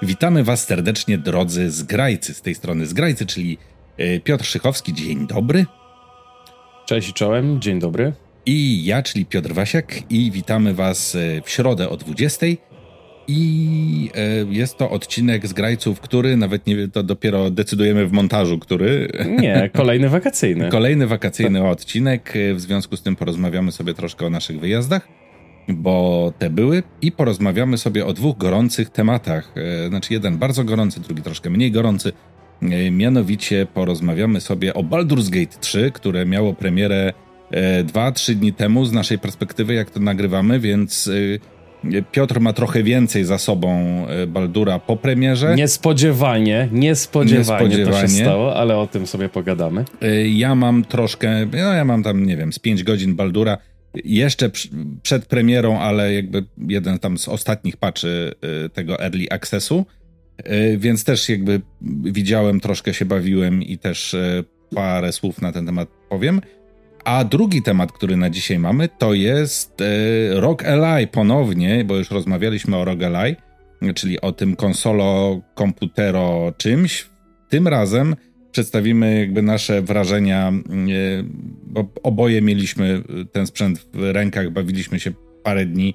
Witamy Was serdecznie, drodzy zgrajcy. Z tej strony zgrajcy, czyli Piotr Szychowski. Dzień dobry. Cześć i czołem, dzień dobry. I ja, czyli Piotr Wasiak, i witamy Was w środę o 20:00. I jest to odcinek Zgrajców, który nawet nie to dopiero decydujemy w montażu, który... Nie, kolejny wakacyjny. Kolejny wakacyjny odcinek. W związku z tym porozmawiamy sobie troszkę o naszych wyjazdach, bo te były, i porozmawiamy sobie o dwóch gorących tematach. Znaczy jeden bardzo gorący, drugi troszkę mniej gorący. Mianowicie porozmawiamy sobie o Baldur's Gate 3, które miało premierę 2-3 dni temu z naszej perspektywy, jak to nagrywamy, więc Piotr ma trochę więcej za sobą Baldura po premierze. Niespodziewanie to się stało, ale o tym sobie pogadamy. Ja mam troszkę, ja mam tam, nie wiem, z 5 godzin Baldura, jeszcze przed premierą, ale jakby jeden tam z ostatnich patchy tego Early Accessu, więc też jakby widziałem, troszkę się bawiłem i też parę słów na ten temat powiem. A drugi temat, który na dzisiaj mamy, to jest Roguelike ponownie, bo już rozmawialiśmy o Roguelike, czyli o tym konsolo, komputero czymś. Tym razem przedstawimy jakby nasze wrażenia, bo oboje mieliśmy ten sprzęt w rękach, bawiliśmy się parę dni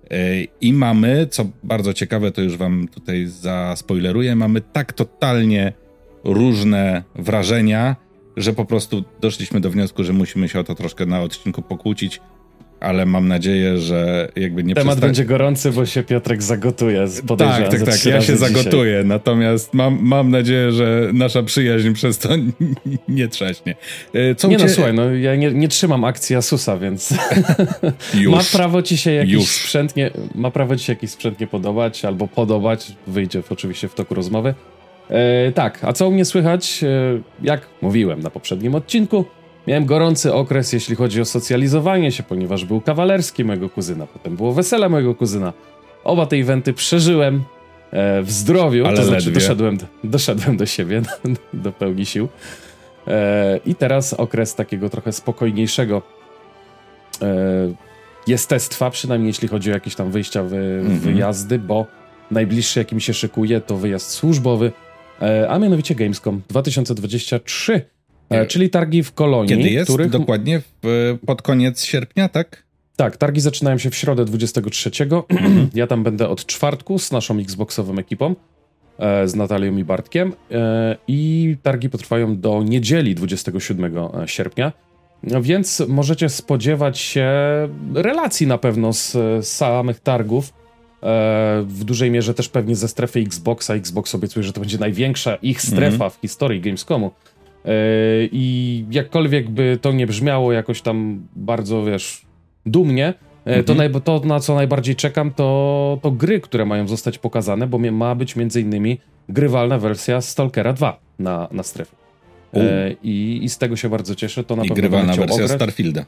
i mamy, co bardzo ciekawe, to już wam tutaj zaspoileruję, mamy tak totalnie różne wrażenia, że po prostu doszliśmy do wniosku, że musimy się o to troszkę na odcinku pokłócić, ale mam nadzieję, że jakby nie temat będzie gorący, bo się Piotrek zagotuje. Tak, ja się zagotuję, natomiast mam nadzieję, że nasza przyjaźń przez to nie trzaśnie. Słuchaj, ja nie trzymam akcji Asusa, więc ma prawo ci się jakiś sprzęt nie podobać, albo podobać, wyjdzie oczywiście w toku rozmowy. Tak, a co u mnie słychać? Jak mówiłem na poprzednim odcinku, miałem gorący okres, jeśli chodzi o socjalizowanie się, ponieważ był kawalerski mojego kuzyna, potem było wesele mojego kuzyna. Oba te eventy przeżyłem w zdrowiu, ale to znaczy doszedłem do siebie, do pełni sił. I teraz okres takiego trochę spokojniejszego jestestwa, przynajmniej jeśli chodzi o jakieś tam wyjścia, wyjazdy, bo najbliższy, jaki mi się szykuje, to wyjazd służbowy, a mianowicie Gamescom 2023, czyli targi w Kolonii. Kiedy jest? Dokładnie pod koniec sierpnia, tak? Tak, targi zaczynają się w środę 23. Ja tam będę od czwartku z naszą Xboxową ekipą, z Natalią i Bartkiem, i targi potrwają do niedzieli 27 sierpnia, więc możecie spodziewać się relacji na pewno z samych targów. W dużej mierze też pewnie ze strefy Xboxa. Xbox obiecuje, że to będzie największa ich strefa w historii Gamescomu. I jakkolwiek by to nie brzmiało jakoś tam bardzo, dumnie, to na co najbardziej czekam, to gry, które mają zostać pokazane, bo ma być m.in. grywalna wersja Stalkera 2 na strefie. I z tego się bardzo cieszę. To na pewno grywalna wersja Starfielda.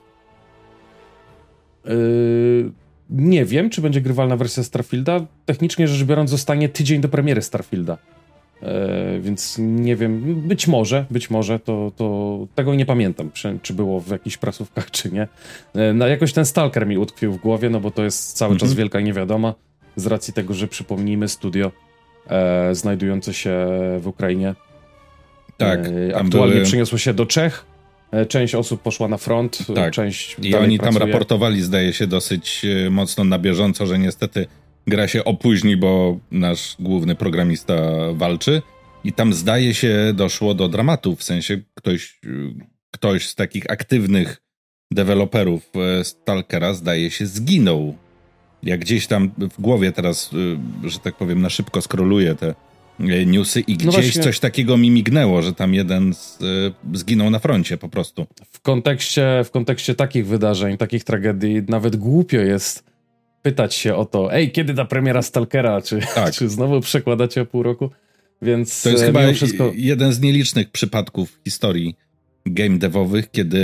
Nie wiem, czy będzie grywalna wersja Starfielda. Technicznie rzecz biorąc, zostanie tydzień do premiery Starfielda. Więc nie wiem, być może, to tego nie pamiętam, czy było w jakichś prasówkach, czy nie. Jakoś ten Stalker mi utkwił w głowie, no bo to jest cały czas wielka niewiadoma, z racji tego, że przypomnijmy, studio znajdujące się w Ukrainie. Tak. Aktualnie przeniosło się do Czech. Część osób poszła na front, tak. Część i oni tam raportowali, zdaje się, dosyć mocno na bieżąco, że niestety gra się opóźni, bo nasz główny programista walczy i tam, zdaje się, doszło do dramatu, w sensie ktoś z takich aktywnych deweloperów Stalkera, zdaje się, zginął. Ja gdzieś tam w głowie teraz, że tak powiem, na szybko scrolluję te newsy i gdzieś coś takiego mi mignęło, że tam jeden zginął na froncie po prostu. W kontekście takich wydarzeń, takich tragedii, nawet głupio jest pytać się o to, kiedy ta premiera Stalkera, czy znowu przekładacie o pół roku, więc to jest chyba jeden z nielicznych przypadków w historii game devowych, kiedy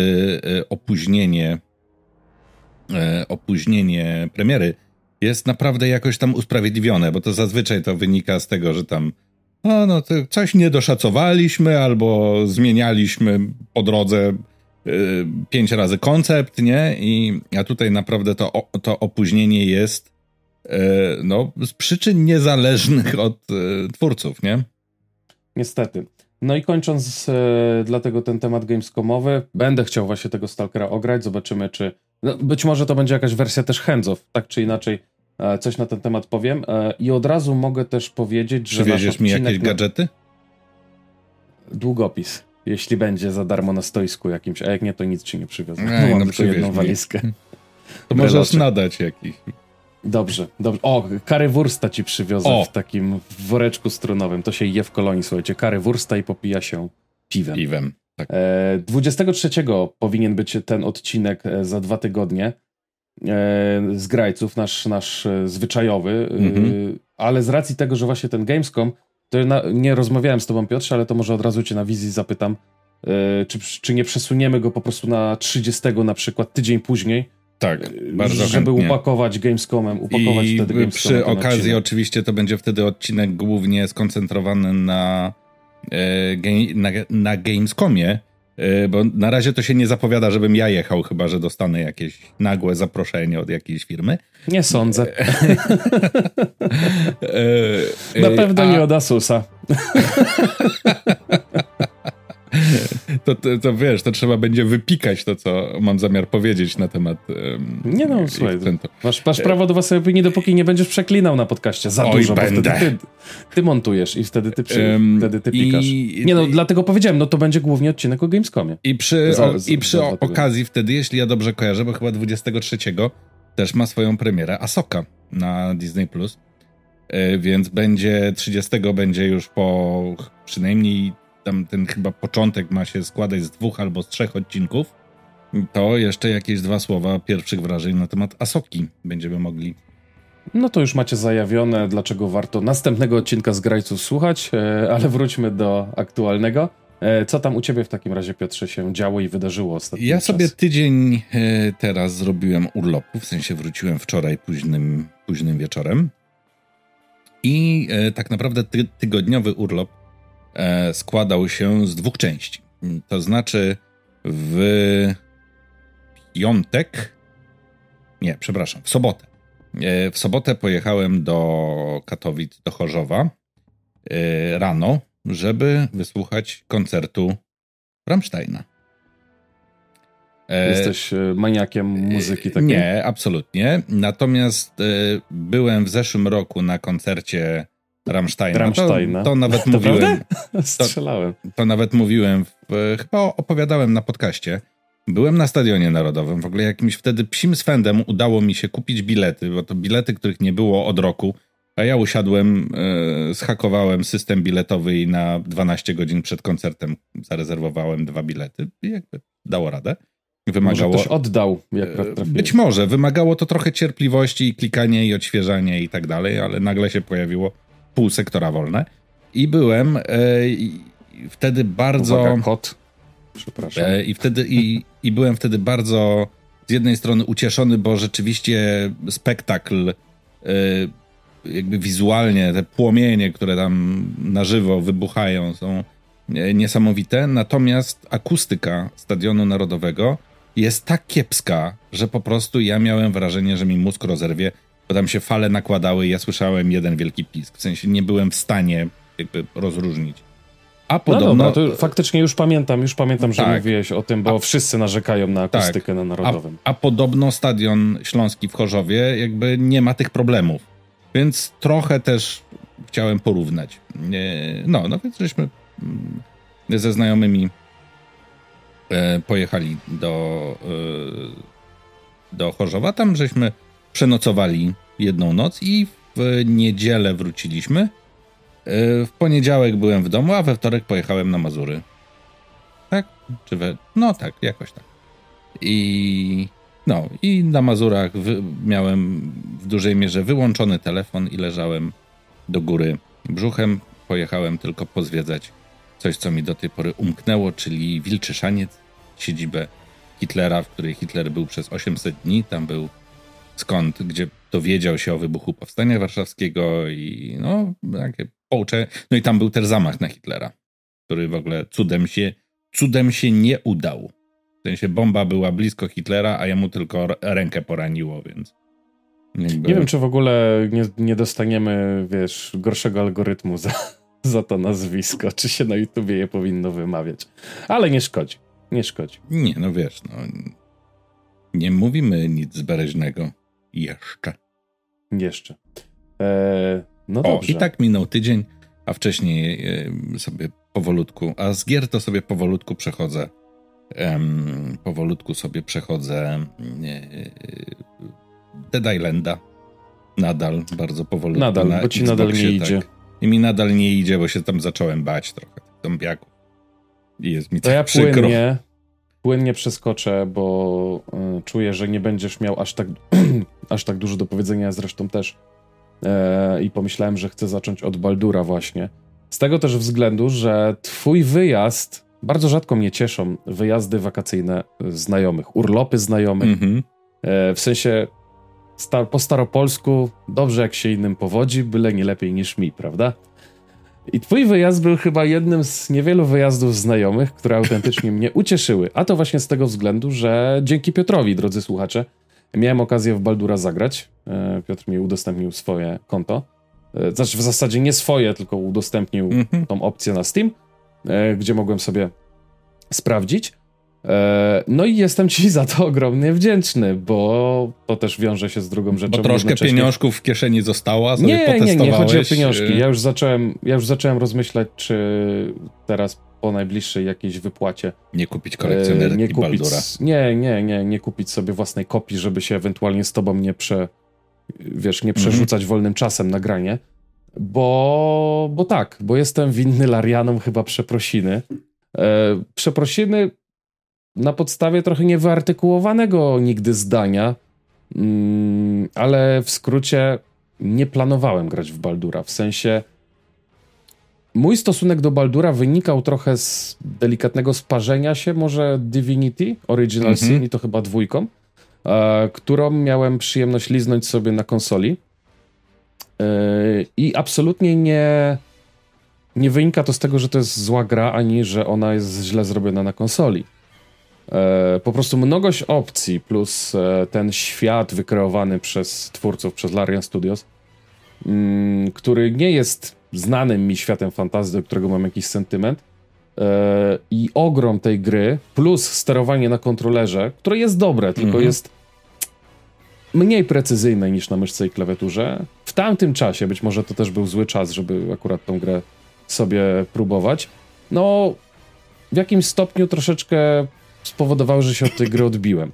opóźnienie premiery jest naprawdę jakoś tam usprawiedliwione, bo to zazwyczaj to wynika z tego, że tam to coś nie doszacowaliśmy albo zmienialiśmy po drodze 5 razy koncept, nie? A tutaj naprawdę to opóźnienie jest no, z przyczyn niezależnych od twórców, nie? Niestety. No i kończąc dlatego ten temat gamescomowy, będę chciał właśnie tego Stalkera ograć, zobaczymy czy... No, być może to będzie jakaś wersja też hands-off, tak czy inaczej coś na ten temat powiem. I od razu mogę też powiedzieć, że... Przywieziesz mi jakieś gadżety? Długopis, jeśli będzie za darmo na stoisku jakimś, a jak nie, to nic ci nie przywiozę. No, mam tylko jedną walizkę. To możesz nadać jakiś. Dobrze. O, currywursta ci przywiozę w takim woreczku strunowym. To się je w Kolonii, słuchajcie. Currywursta i popija się piwem. Tak. 23 powinien być ten odcinek za 2 tygodnie z Grajców, nasz zwyczajowy, ale z racji tego, że właśnie ten Gamescom, to nie rozmawiałem z tobą, Piotrze, ale to może od razu cię na wizji zapytam, czy nie przesuniemy go po prostu na 30 na przykład, tydzień później, tak, bardzo żeby chętnie. upakować Gamescomem, wtedy Gamescomem. Przy okazji odcinek. Oczywiście to będzie wtedy odcinek głównie skoncentrowany na Gamescomie, bo na razie to się nie zapowiada, żebym ja jechał, chyba że dostanę jakieś nagłe zaproszenie od jakiejś firmy. Nie sądzę. Na pewno nie od Asusa. To wiesz, to trzeba będzie wypikać to, co mam zamiar powiedzieć na temat nie no, słuchaj, masz prawo do własnej opinii, dopóki nie będziesz przeklinał na podcaście za dużo, bo wtedy ty montujesz i wtedy ty pikasz. Nie no, dlatego powiedziałem, no to będzie głównie odcinek o Gamescomie. I przy okazji wtedy, jeśli ja dobrze kojarzę, bo chyba 23 też ma swoją premierę Ahsoka na Disney+. Więc 30 będzie już po przynajmniej tam ten chyba początek ma się składać z 2 albo z 3 odcinków, to jeszcze jakieś 2 słowa pierwszych wrażeń na temat Ahsoki będziemy mogli. No to już macie zajawione, dlaczego warto następnego odcinka z Grajców słuchać, ale wróćmy do aktualnego. Co tam u ciebie w takim razie, Piotrze, się działo i wydarzyło ostatnio? Ja sobie tydzień teraz zrobiłem urlopu, w sensie wróciłem wczoraj późnym wieczorem i tak naprawdę tygodniowy urlop składał się z 2 części. To znaczy w sobotę. W sobotę pojechałem do Katowic, do Chorzowa rano, żeby wysłuchać koncertu Rammsteina. Jesteś maniakiem muzyki takiej? Nie, absolutnie. Natomiast byłem w zeszłym roku na koncercie Rammsteina. To nawet mówiłem. Strzelałem. To nawet mówiłem, chyba opowiadałem na podcaście. Byłem na Stadionie Narodowym. W ogóle jakimś wtedy psim swędem udało mi się kupić bilety, bo to bilety, których nie było od roku. A ja usiadłem, zhakowałem system biletowy i na 12 godzin przed koncertem zarezerwowałem 2 bilety. I jakby dało radę. Może ktoś oddał, jak trafiłeś. Być może. Wymagało to trochę cierpliwości i klikania i odświeżania i tak dalej, ale nagle się pojawiło pół sektora wolne. I byłem wtedy bardzo... Uwaga, kot. Przepraszam. I byłem wtedy bardzo z jednej strony ucieszony, bo rzeczywiście spektakl jakby wizualnie, te płomienie, które tam na żywo wybuchają, są niesamowite. Natomiast akustyka Stadionu Narodowego jest tak kiepska, że po prostu ja miałem wrażenie, że mi mózg rozerwie, bo tam się fale nakładały i ja słyszałem jeden wielki pisk. W sensie nie byłem w stanie jakby rozróżnić. A podobno... No dobra, to faktycznie już pamiętam, że mówiłeś o tym, bo wszyscy narzekają na akustykę na Narodowym. A podobno Stadion Śląski w Chorzowie jakby nie ma tych problemów. Więc trochę też chciałem porównać. No więc żeśmy ze znajomymi pojechali do Chorzowa. Tam żeśmy przenocowali jedną noc i w niedzielę wróciliśmy. W poniedziałek byłem w domu, a we wtorek pojechałem na Mazury. Tak? No tak, jakoś tak. I na Mazurach miałem w dużej mierze wyłączony telefon i leżałem do góry brzuchem. Pojechałem tylko pozwiedzać coś, co mi do tej pory umknęło, czyli Wilczy Szaniec, siedzibę Hitlera, w której Hitler był przez 800 dni. Tam był gdzie dowiedział się o wybuchu Powstania Warszawskiego i takie połcze. No i tam był też zamach na Hitlera, który w ogóle cudem się nie udał. W sensie bomba była blisko Hitlera, a jemu tylko rękę poraniło, więc Nie wiem, czy w ogóle nie dostaniemy, wiesz, gorszego algorytmu za to nazwisko, czy się na YouTubie je powinno wymawiać. Ale nie szkodzi. Nie, no wiesz, nie mówimy nic bereźnego. Jeszcze. No dobrze. I tak minął tydzień, a wcześniej sobie powolutku, a z gier to sobie powolutku przechodzę. Dead Islanda. Nadal, bardzo powolutku. Nadal, bo ci nadal nie idzie. Tak. I mi nadal nie idzie, bo się tam zacząłem bać trochę zombiaków. I jest mi tak przykro. Płynnie przeskoczę, bo czuję, że nie będziesz miał aż tak dużo do powiedzenia, zresztą też. I pomyślałem, że chcę zacząć od Baldura właśnie. Z tego też względu, że twój wyjazd, bardzo rzadko mnie cieszą wyjazdy wakacyjne znajomych, urlopy znajomych. W sensie po staropolsku dobrze jak się innym powodzi, byle nie lepiej niż mi, prawda? I twój wyjazd był chyba jednym z niewielu wyjazdów znajomych, które autentycznie mnie ucieszyły. A to właśnie z tego względu, że dzięki Piotrowi, drodzy słuchacze, miałem okazję w Baldura zagrać. Piotr mi udostępnił swoje konto. Znaczy w zasadzie nie swoje, tylko udostępnił tą opcję na Steam, gdzie mogłem sobie sprawdzić. No i jestem ci za to ogromnie wdzięczny, bo to też wiąże się z drugą rzeczą. Bo troszkę pieniążków w kieszeni zostało, a sobie potestowałeś. Nie chodzi o pieniążki. Ja już zacząłem rozmyślać, czy teraz po najbliższej jakiejś wypłacie nie kupić kolekcjonerki Baldura. Nie kupić sobie własnej kopii, żeby się ewentualnie z tobą nie przerzucać wolnym czasem na granie. Bo jestem winny Larianom chyba przeprosiny. Przeprosiny na podstawie trochę niewyartykułowanego nigdy zdania, ale w skrócie nie planowałem grać w Baldura. W sensie mój stosunek do Baldura wynikał trochę z delikatnego sparzenia się może Divinity Original Sin i to chyba 2, którą miałem przyjemność liznąć sobie na konsoli. I absolutnie nie wynika to z tego, że to jest zła gra, ani że ona jest źle zrobiona na konsoli. Po prostu mnogość opcji plus ten świat wykreowany przez twórców, przez Larian Studios, który nie jest znanym mi światem fantazji, do którego mam jakiś sentyment, i ogrom tej gry plus sterowanie na kontrolerze, które jest dobre, tylko jest mniej precyzyjne niż na myszce i klawiaturze. W tamtym czasie, być może to też był zły czas, żeby akurat tą grę sobie próbować, no w jakimś stopniu troszeczkę spowodowało, że się od tej gry odbiłem.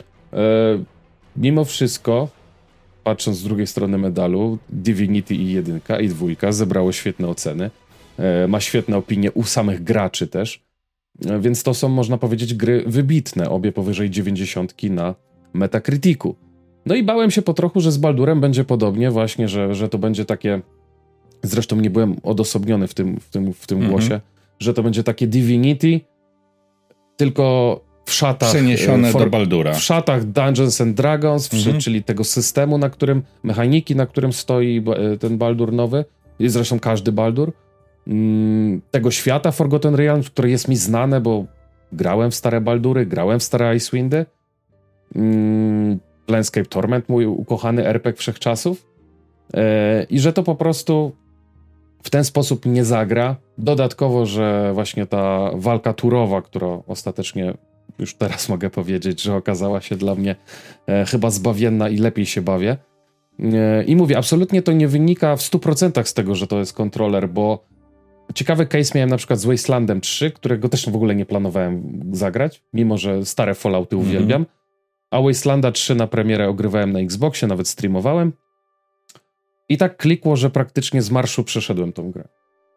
Mimo wszystko, patrząc z drugiej strony medalu, Divinity i 1 i 2 zebrało świetne oceny. Ma świetne opinie u samych graczy też. Więc to są, można powiedzieć, gry wybitne, obie powyżej 90 na Metacriticu. No i bałem się po trochu, że z Baldurem będzie podobnie właśnie, że to będzie takie... Zresztą nie byłem odosobniony w tym głosie, że to będzie takie Divinity, tylko w szatach... Przeniesione do Baldura. W szatach Dungeons and Dragons, czyli tego systemu, mechaniki, na którym stoi ten Baldur nowy, i zresztą każdy Baldur, tego świata Forgotten Realms, które jest mi znane, bo grałem w stare Baldury, grałem w stare Icewindy, Planescape Torment, mój ukochany RPG wszechczasów, i że to po prostu w ten sposób nie zagra. Dodatkowo, że właśnie ta walka turowa, która ostatecznie już teraz mogę powiedzieć, że okazała się dla mnie chyba zbawienna i lepiej się bawię. I mówię, absolutnie to nie wynika w 100% z tego, że to jest kontroler, bo ciekawy case miałem na przykład z Wastelandem 3, którego też w ogóle nie planowałem zagrać, mimo że stare Fallouty uwielbiam. A Wastelanda 3 na premierę ogrywałem na Xboxie, nawet streamowałem. I tak klikło, że praktycznie z marszu przeszedłem tą grę.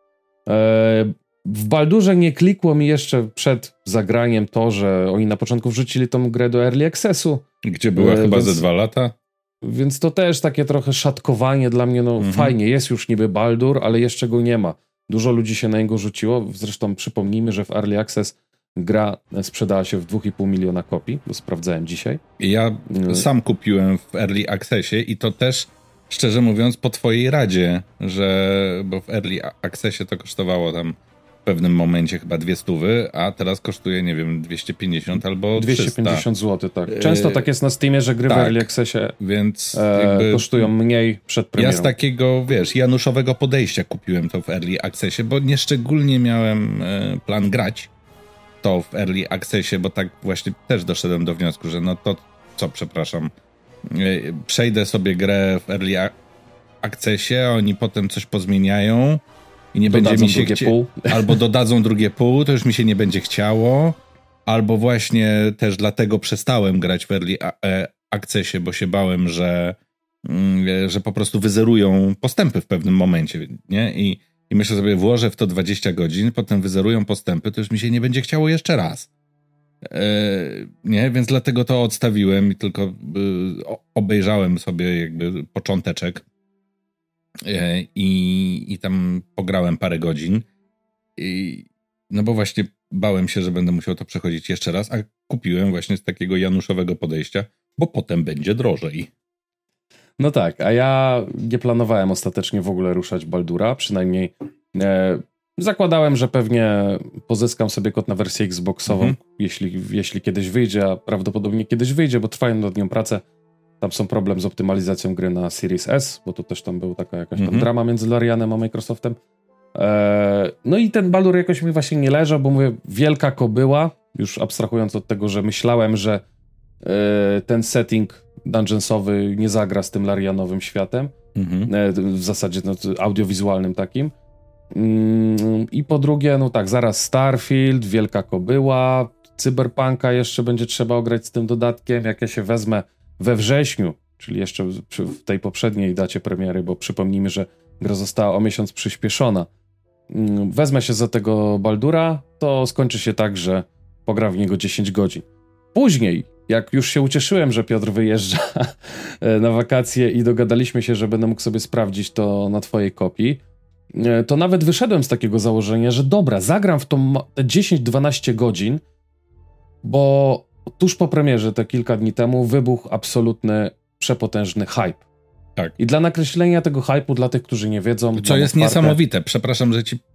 W Baldurze nie klikło mi jeszcze przed zagraniem to, że oni na początku wrzucili tą grę do Early Accessu. Gdzie była chyba ze 2 lata. Więc to też takie trochę szatkowanie dla mnie, fajnie, jest już niby Baldur, ale jeszcze go nie ma. Dużo ludzi się na niego rzuciło, zresztą przypomnijmy, że w Early Access gra sprzedała się w 2,5 miliona kopii, bo sprawdzałem dzisiaj. Ja sam kupiłem w Early Accessie i to też, szczerze mówiąc, po twojej radzie, bo w Early Accessie to kosztowało tam pewnym momencie chyba 200, a teraz kosztuje, nie wiem, 250 albo 250 zł, tak. Często tak jest na Steamie, że gry w Early Accessie więc kosztują mniej przed premierą. Ja z takiego, januszowego podejścia kupiłem to w Early Accessie, bo nieszczególnie miałem plan grać to w Early Accessie, bo tak właśnie też doszedłem do wniosku, że no to co, przepraszam, przejdę sobie grę w Early Accessie, a oni potem coś pozmieniają i nie dodadzą będzie mi się albo dodadzą drugie pół, to już mi się nie będzie chciało, albo właśnie też dlatego przestałem grać w Early Accessie, bo się bałem, że po prostu wyzerują postępy w pewnym momencie, nie? I myślę sobie, włożę w to 20 godzin, potem wyzerują postępy, to już mi się nie będzie chciało jeszcze raz. Nie, więc dlatego to odstawiłem i tylko obejrzałem sobie jakby począteczek i tam pograłem parę godzin. No bo właśnie bałem się, że będę musiał to przechodzić jeszcze raz, a kupiłem właśnie z takiego januszowego podejścia, bo potem będzie drożej. No tak, a ja nie planowałem ostatecznie w ogóle ruszać Baldura, przynajmniej zakładałem, że pewnie pozyskam sobie kod na wersję Xboxową, jeśli kiedyś wyjdzie, a prawdopodobnie kiedyś wyjdzie, bo trwają nad nią prace. Tam są problem z optymalizacją gry na Series S, bo to też tam była taka jakaś tam drama między Larianem a Microsoftem. No i ten Baldur jakoś mi właśnie nie leżał, bo mówię, wielka kobyła, już abstrahując od tego, że myślałem, że ten setting dungeonsowy nie zagra z tym Larianowym światem, w zasadzie audiowizualnym takim. I po drugie, no tak, zaraz Starfield, wielka kobyła, Cyberpunka jeszcze będzie trzeba ograć z tym dodatkiem, jak ja się wezmę we wrześniu, czyli jeszcze w tej poprzedniej dacie premiery, bo przypomnijmy, że gra została o miesiąc przyspieszona. Wezmę się za tego Baldura, to skończy się tak, że pogram w niego 10 godzin. Później, jak już się ucieszyłem, że Piotr wyjeżdża na wakacje i dogadaliśmy się, że będę mógł sobie sprawdzić to na twojej kopii, to nawet wyszedłem z takiego założenia, że dobra, zagram w te 10-12 godzin, bo tuż po premierze, te kilka dni temu, wybuchł absolutny, przepotężny hype. Tak. I dla nakreślenia tego hype'u, dla tych, którzy nie wiedzą... Co jest niesamowite, przepraszam,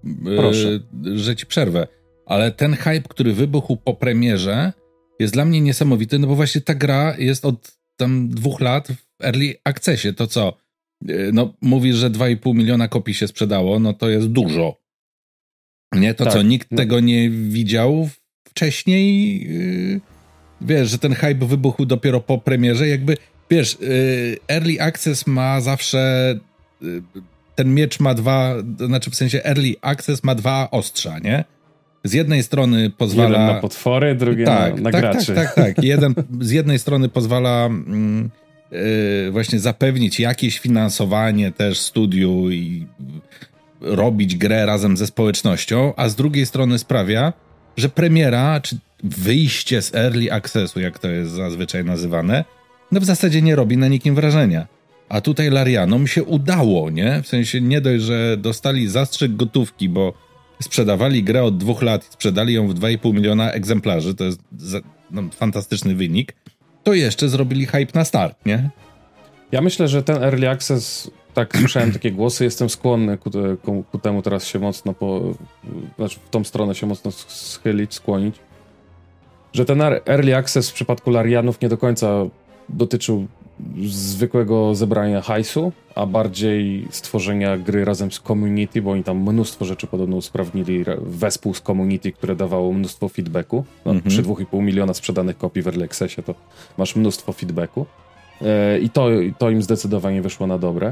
że ci przerwę, ale ten hype, który wybuchł po premierze, jest dla mnie niesamowity, no bo właśnie ta gra jest od tam 2 lat w Early Accessie. To co? No mówisz, że 2,5 miliona kopii się sprzedało, no to jest dużo. Nie? To tak, co? Nikt tego nie widział wcześniej? Wiesz, że ten hype wybuchł dopiero po premierze? Jakby, wiesz, Early Access ma zawsze... ten miecz ma w sensie Early Access ma 2 ostrza, nie? Z jednej strony pozwala... Jeden na potwory, drugi na graczy. Tak. Z jednej strony pozwala właśnie zapewnić jakieś finansowanie też studiu i robić grę razem ze społecznością, a z drugiej strony sprawia, że premiera, czy wyjście z Early Accessu, jak to jest zazwyczaj nazywane, no w zasadzie nie robi na nikim wrażenia. A tutaj Larianom się udało, nie? W sensie nie dość, że dostali zastrzyk gotówki, bo sprzedawali grę od 2 lat i sprzedali ją w 2,5 miliona egzemplarzy, to jest fantastyczny wynik, to jeszcze zrobili hype na start, nie? Ja myślę, że ten Early Access, tak słyszałem takie głosy, jestem skłonny ku temu teraz się mocno w tą stronę się mocno skłonić, że ten Early Access w przypadku Larianów nie do końca dotyczył zwykłego zebrania hajsu, a bardziej stworzenia gry razem z community, bo oni tam mnóstwo rzeczy podobno usprawnili wespół z community, które dawało mnóstwo feedbacku. Przy 2,5 miliona sprzedanych kopii w Early Accessie to masz mnóstwo feedbacku. I to im zdecydowanie wyszło na dobre.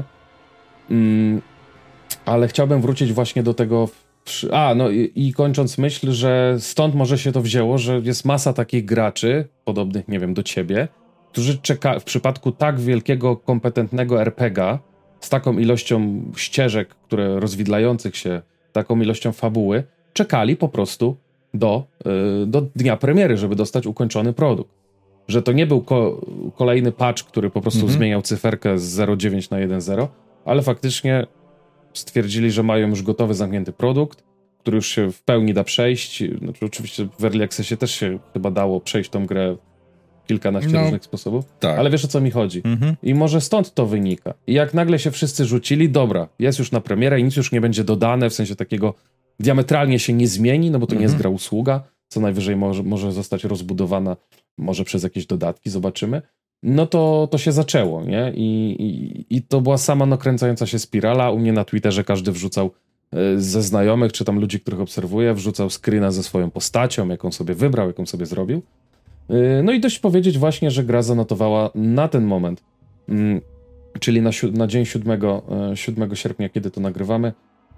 Ale chciałbym wrócić właśnie do tego... I kończąc myśl, że stąd może się to wzięło, że jest masa takich graczy, podobnych, nie wiem, do ciebie, którzy w przypadku tak wielkiego, kompetentnego RPG-a, z taką ilością ścieżek, które rozwidlających się, taką ilością fabuły, czekali po prostu do dnia premiery, żeby dostać ukończony produkt. Że to nie był kolejny patch, który po prostu zmieniał cyferkę z 0,9 na 1,0, ale faktycznie stwierdzili, że mają już gotowy, zamknięty produkt, który już się w pełni da przejść. Znaczy, oczywiście w Early Accessie też się chyba dało przejść tą grę kilkanaście różnych sposobów, tak. Ale wiesz, o co mi chodzi. I może stąd to wynika. I jak nagle się wszyscy rzucili, dobra, jest już na premierę i nic już nie będzie dodane, w sensie takiego diametralnie się nie zmieni, no bo to nie jest gra usługa, co najwyżej może zostać rozbudowana, może przez jakieś dodatki, zobaczymy. No to się zaczęło, nie? I to była sama nakręcająca się spirala. U mnie na Twitterze każdy wrzucał ze znajomych, czy tam ludzi, których obserwuję, wrzucał screena ze swoją postacią, jaką sobie wybrał, jaką sobie zrobił. No i dość powiedzieć właśnie, że gra zanotowała na ten moment, czyli na dzień 7 sierpnia, kiedy to nagrywamy,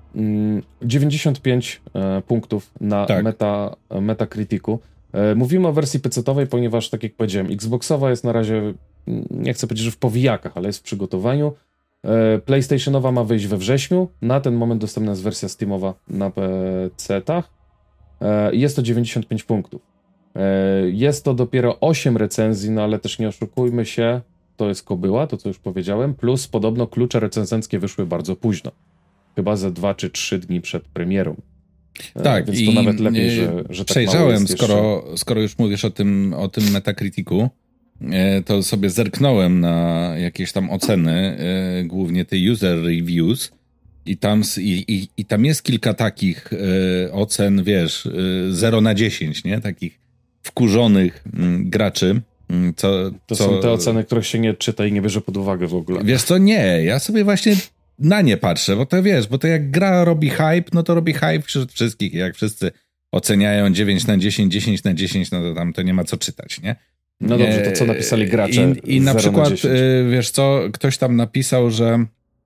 95 punktów na Metacriticu. Mówimy o wersji PC-owej, ponieważ, tak jak powiedziałem, Xboxowa jest na razie, nie chcę powiedzieć, że w powijakach, ale jest w przygotowaniu. PlayStationowa ma wyjść we wrześniu. Na ten moment dostępna jest wersja Steamowa na PC-tach. Jest to 95 punktów. Jest to dopiero 8 recenzji, no ale też nie oszukujmy się, to jest kobyła, to co już powiedziałem, plus podobno klucze recenzenckie wyszły bardzo późno. Chyba ze 2 czy 3 dni przed premierą. Tak, więc to nawet lepiej, że tak przejrzałem, skoro już mówisz o tym Metacriticu, to sobie zerknąłem na jakieś tam oceny, głównie te user reviews i tam jest kilka takich ocen, wiesz, 0 na 10, nie? Takich wkurzonych graczy. To są te oceny, których się nie czyta i nie bierze pod uwagę w ogóle. Wiesz co, nie, ja sobie właśnie na nie patrzę, bo to wiesz, bo to jak gra robi hype, no to robi hype wśród wszystkich. Jak wszyscy oceniają 9 na 10, 10 na 10, no to tam to nie ma co czytać, nie? No dobrze, to co napisali gracze? I na przykład, wiesz co, ktoś tam napisał, że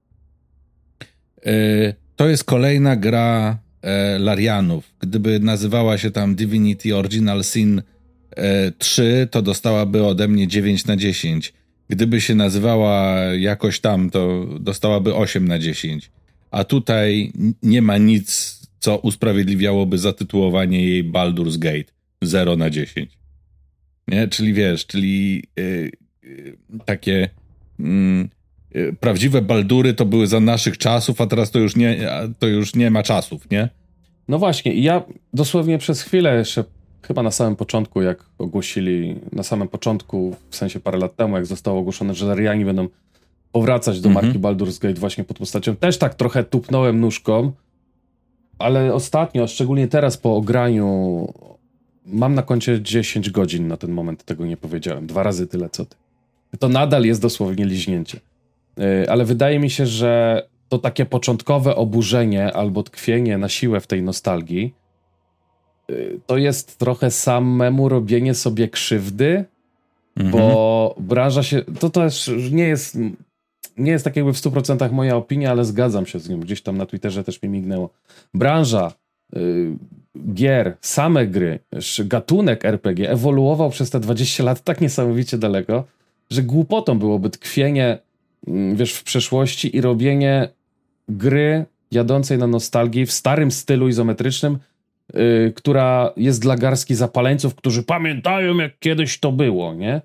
to jest kolejna gra Larianów. Gdyby nazywała się tam Divinity Original Sin 3, to dostałaby ode mnie 9 na 10. Gdyby się nazywała jakoś tam, to dostałaby 8 na 10. A tutaj nie ma nic, co usprawiedliwiałoby zatytułowanie jej Baldur's Gate 0 na 10. Nie? Czyli wiesz, takie prawdziwe Baldury to były za naszych czasów, a teraz to już nie ma czasów, nie? No właśnie, i ja dosłownie przez chwilę jeszcze, chyba na samym początku, jak ogłosili, na samym początku, w sensie parę lat temu, jak zostało ogłoszone, że Lariani będą powracać do marki Baldur's Gate właśnie pod postacią, też tak trochę tupnąłem nóżką, ale ostatnio, szczególnie teraz po ograniu, mam na koncie 10 godzin na ten moment, tego nie powiedziałem, 2 razy tyle co ty. To nadal jest dosłownie liźnięcie. Ale wydaje mi się, że to takie początkowe oburzenie albo tkwienie na siłę w tej nostalgii to jest trochę samemu robienie sobie krzywdy, bo branża się... To też nie jest tak jakby w 100% moja opinia, ale zgadzam się z nią. Gdzieś tam na Twitterze też mi mignęło. Branża gier, same gry, gatunek RPG ewoluował przez te 20 lat tak niesamowicie daleko, że głupotą byłoby tkwienie, wiesz, w przeszłości i robienie gry jadącej na nostalgii w starym stylu izometrycznym, która jest dla garstki zapaleńców, którzy pamiętają, jak kiedyś to było, nie?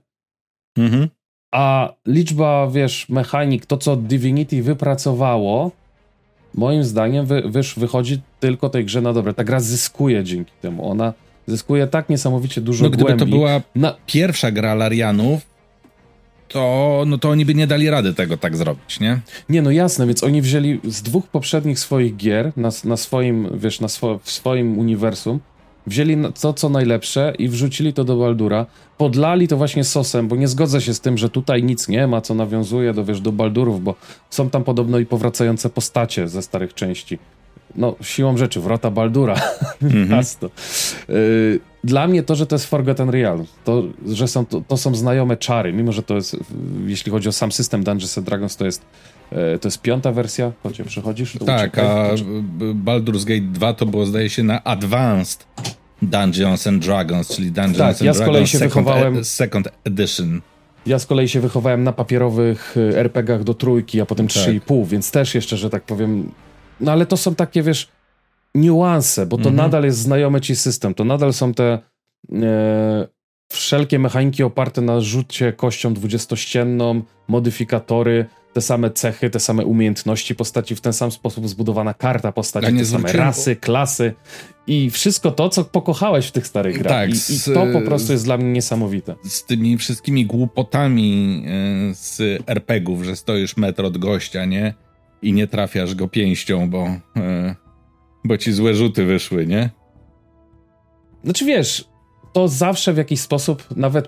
A liczba, wiesz, mechanik, to co Divinity wypracowało, moim zdaniem wychodzi tylko tej grze na dobre. Ta gra zyskuje dzięki temu. Ona zyskuje tak niesamowicie dużo głębi. Gdyby to była pierwsza gra Larianów, to oni by nie dali rady tego tak zrobić, nie? Nie, no jasne, więc oni wzięli z 2 poprzednich swoich gier na swoim, wiesz, w swoim uniwersum, wzięli to, co najlepsze i wrzucili to do Baldura, podlali to właśnie sosem, bo nie zgodzę się z tym, że tutaj nic nie ma, co nawiązuje do Baldurów, bo są tam podobno i powracające postacie ze starych części. No, siłą rzeczy, wrota Baldura. Jasno. Dla mnie to, że to jest Forgotten Realms, to, że to są znajome czary, mimo że to jest, jeśli chodzi o sam system Dungeons & Dragons, to jest 5. wersja, choć przechodzisz. Tak, Baldur's Gate 2 to było, zdaje się, na Advanced Dungeons & Dragons, czyli Dungeons & Dragons Second Edition. Ja z kolei się wychowałem na papierowych RPG-ach do 3, a potem 3,5, więc też jeszcze, że tak powiem... No ale to są takie, wiesz, niuanse, bo to nadal jest znajomy ci system, to nadal są te wszelkie mechaniki oparte na rzucie kością 20-ścienną, modyfikatory, te same cechy, te same umiejętności postaci, w ten sam sposób zbudowana karta postaci, te same rasy, klasy i wszystko to, co pokochałeś w tych starych grach. Tak, I to po prostu jest dla mnie niesamowite. Z tymi wszystkimi głupotami z RPG-ów, że stoisz metr od gościa, nie? I nie trafiasz go pięścią, bo Bo ci złe rzuty wyszły, nie? Znaczy wiesz, to zawsze w jakiś sposób nawet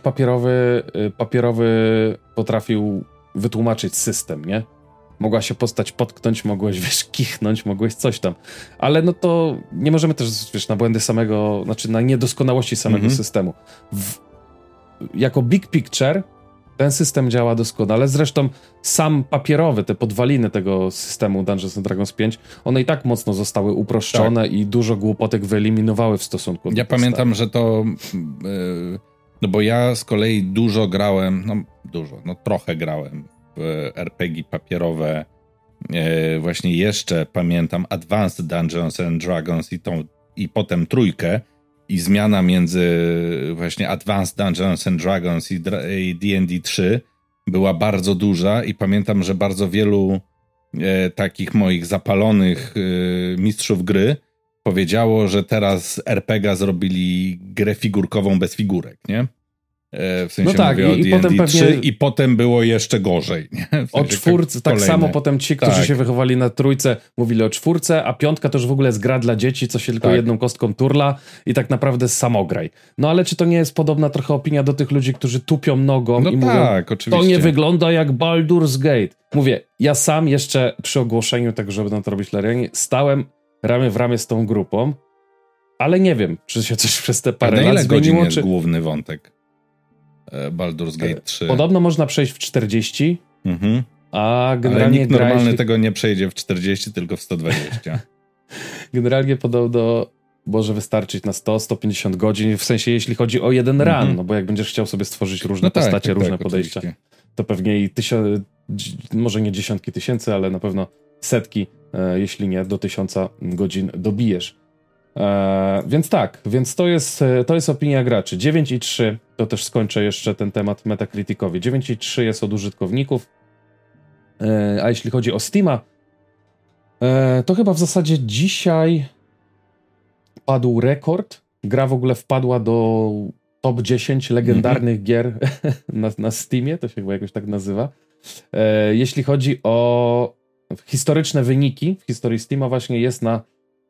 papierowy potrafił wytłumaczyć system, nie? Mogła się postać potknąć, mogłeś, wiesz, kichnąć, mogłeś coś tam. Ale no to nie możemy też, wiesz, na błędy samego, znaczy na niedoskonałości samego systemu. Jako big picture ten system działa doskonale. Zresztą sam papierowy, te podwaliny tego systemu Dungeons & Dragons 5, one i tak mocno zostały uproszczone i dużo głupotek wyeliminowały w stosunku do Ja pamiętam, że to... no bo ja z kolei dużo grałem, trochę grałem w RPG papierowe. Właśnie jeszcze pamiętam Advanced Dungeons & Dragons i potem trójkę. I zmiana między właśnie Advanced Dungeons & Dragons i D&D 3 była bardzo duża i pamiętam, że bardzo wielu takich moich zapalonych mistrzów gry powiedziało, że teraz RPG zrobili grę figurkową bez figurek, nie? W sensie mówię o D&D 3 i potem było jeszcze gorzej. Nie? W sensie o czwórce, tak samo potem ci, którzy się wychowali na trójce, mówili o czwórce, a piątka to już w ogóle jest gra dla dzieci, co się tylko jedną kostką turla i tak naprawdę samograj. No ale czy to nie jest podobna trochę opinia do tych ludzi, którzy tupią nogą i mówią, oczywiście. To nie wygląda jak Baldur's Gate. Mówię, ja sam jeszcze przy ogłoszeniu tego, że będą to robić Larianie, stałem ramię w ramię z tą grupą, ale nie wiem, czy się coś przez te parę lat zmieniło. A na ile godzin jest główny wątek Baldur's Gate 3? Podobno można przejść w 40, a generalnie ale nikt normalny tego nie przejdzie w 40, tylko w 120. Generalnie podobno może wystarczyć na 100-150 godzin, w sensie jeśli chodzi o jeden run, no bo jak będziesz chciał sobie stworzyć różne postacie, różne podejścia, oczywiście. To pewnie i może nie dziesiątki tysięcy, ale na pewno setki, jeśli nie do 1000 godzin dobijesz. Więc to jest opinia graczy. 9,3 to też skończę jeszcze ten temat Metacriticowi. 9,3 jest od użytkowników, a jeśli chodzi o Steama, to chyba w zasadzie dzisiaj padł rekord. Gra w ogóle wpadła do top 10 legendarnych gier na Steamie, to się chyba jakoś tak nazywa. Jeśli chodzi o historyczne wyniki, w historii Steama właśnie jest na...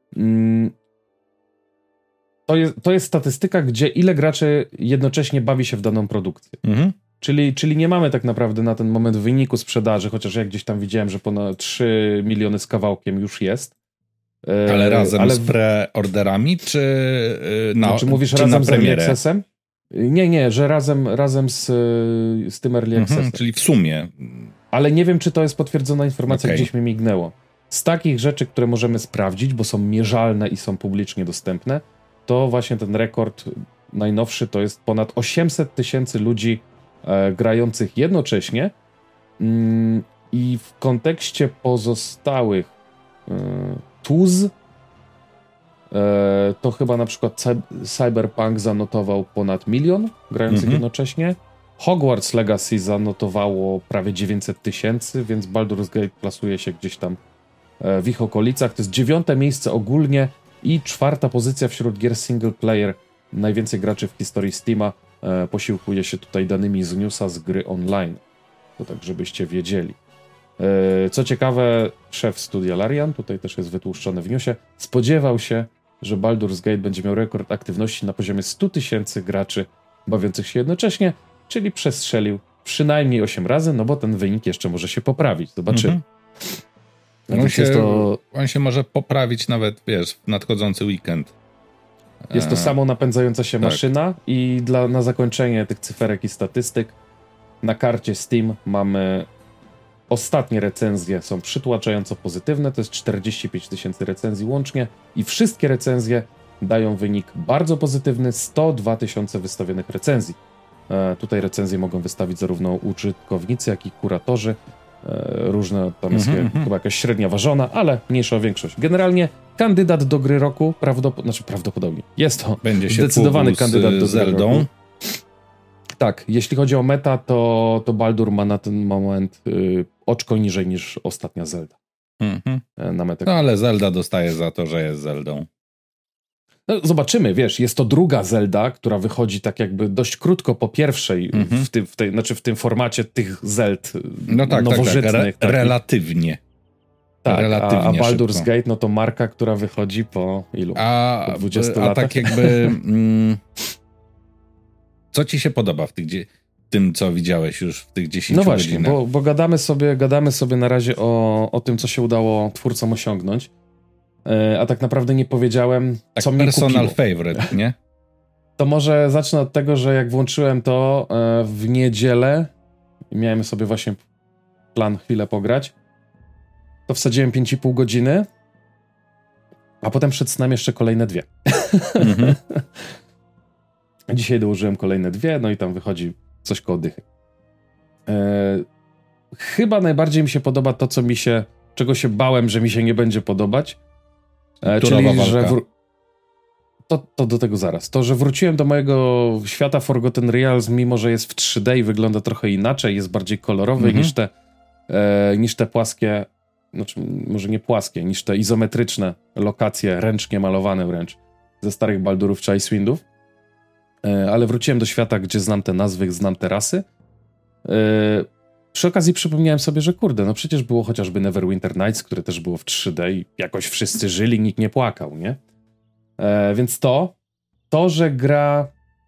To jest statystyka, gdzie ile graczy jednocześnie bawi się w daną produkcję. Czyli nie mamy tak naprawdę na ten moment wyniku sprzedaży, chociaż jak gdzieś tam widziałem, że ponad 3 miliony z kawałkiem już jest. Ale razem z preorderami, czy czy mówisz czy razem na z Early Accessem? Nie, że razem z tym Early Accessem. Czyli w sumie. Ale nie wiem, czy to jest potwierdzona informacja, gdzieś mi mignęło. Z takich rzeczy, które możemy sprawdzić, bo są mierzalne i są publicznie dostępne, to właśnie ten rekord najnowszy to jest ponad 800 000 ludzi grających jednocześnie i w kontekście pozostałych TUZ to chyba na przykład Cyberpunk zanotował ponad 1 milion grających jednocześnie. Hogwarts Legacy zanotowało prawie 900 000, więc Baldur's Gate plasuje się gdzieś tam w ich okolicach. To jest 9. miejsce ogólnie i 4. pozycja wśród gier single player. Najwięcej graczy w historii Steama posiłkuje się tutaj danymi z newsa z gry online. To tak, żebyście wiedzieli. Co ciekawe, szef studia Larian, tutaj też jest wytłuszczony w newsie, spodziewał się, że Baldur's Gate będzie miał rekord aktywności na poziomie 100 000 graczy bawiących się jednocześnie, czyli przestrzelił przynajmniej 8 razy, no bo ten wynik jeszcze może się poprawić. Zobaczymy. On się może poprawić nawet, wiesz, w nadchodzący weekend. Jest to samo napędzająca się maszyna i na zakończenie tych cyferek i statystyk na karcie Steam mamy ostatnie recenzje, są przytłaczająco pozytywne, to jest 45 000 recenzji łącznie i wszystkie recenzje dają wynik bardzo pozytywny, 102 000 wystawionych recenzji. Tutaj recenzje mogą wystawić zarówno użytkownicy, jak i kuratorzy. Różne, tam jest chyba jakaś średnia ważona, ale mniejsza o większość. Generalnie kandydat do gry roku, prawdopodobnie jest to będzie się zdecydowany kandydat do Zeldą. Gry roku. Tak, jeśli chodzi o meta, to Baldur ma na ten moment oczko niżej niż ostatnia Zelda. Na metę. No ale Zelda dostaje za to, że jest Zeldą. No, zobaczymy, wiesz, jest to druga Zelda, która wychodzi tak jakby dość krótko po pierwszej, w tym formacie tych Zeld nowożytnych. Relatywnie. Tak, relatywnie a Baldur's szybko. Gate, no to marka, która wychodzi po ilu? Po 20 latach? A tak jakby... co ci się podoba w tym, co widziałeś już w tych 10 no właśnie, godzinach? bo gadamy sobie na razie o tym, co się udało twórcom osiągnąć, a tak naprawdę nie powiedziałem, tak co mnie personal kupiło. favorite, nie? To może zacznę od tego, że jak włączyłem to w niedzielę i miałem sobie właśnie plan chwilę pograć, to wsadziłem 5,5 godziny, a potem przed snem jeszcze kolejne 2. Mhm. Dzisiaj dołożyłem kolejne 2, no i tam wychodzi coś koło dychy. Chyba najbardziej mi się podoba to, czego się bałem, że mi się nie będzie podobać. Czyli, walka. że to do tego zaraz. To, że wróciłem do mojego świata Forgotten Realms, mimo że jest w 3D i wygląda trochę inaczej, jest bardziej kolorowy niż te płaskie, znaczy może nie płaskie, niż te izometryczne lokacje, ręcznie malowane wręcz, ze starych Baldurów czy Icewindów. Ale wróciłem do świata, gdzie znam te nazwy, znam te rasy. Przy okazji przypomniałem sobie, że kurde, no przecież było chociażby Neverwinter Nights, które też było w 3D i jakoś wszyscy żyli, nikt nie płakał, nie? Więc to, że gra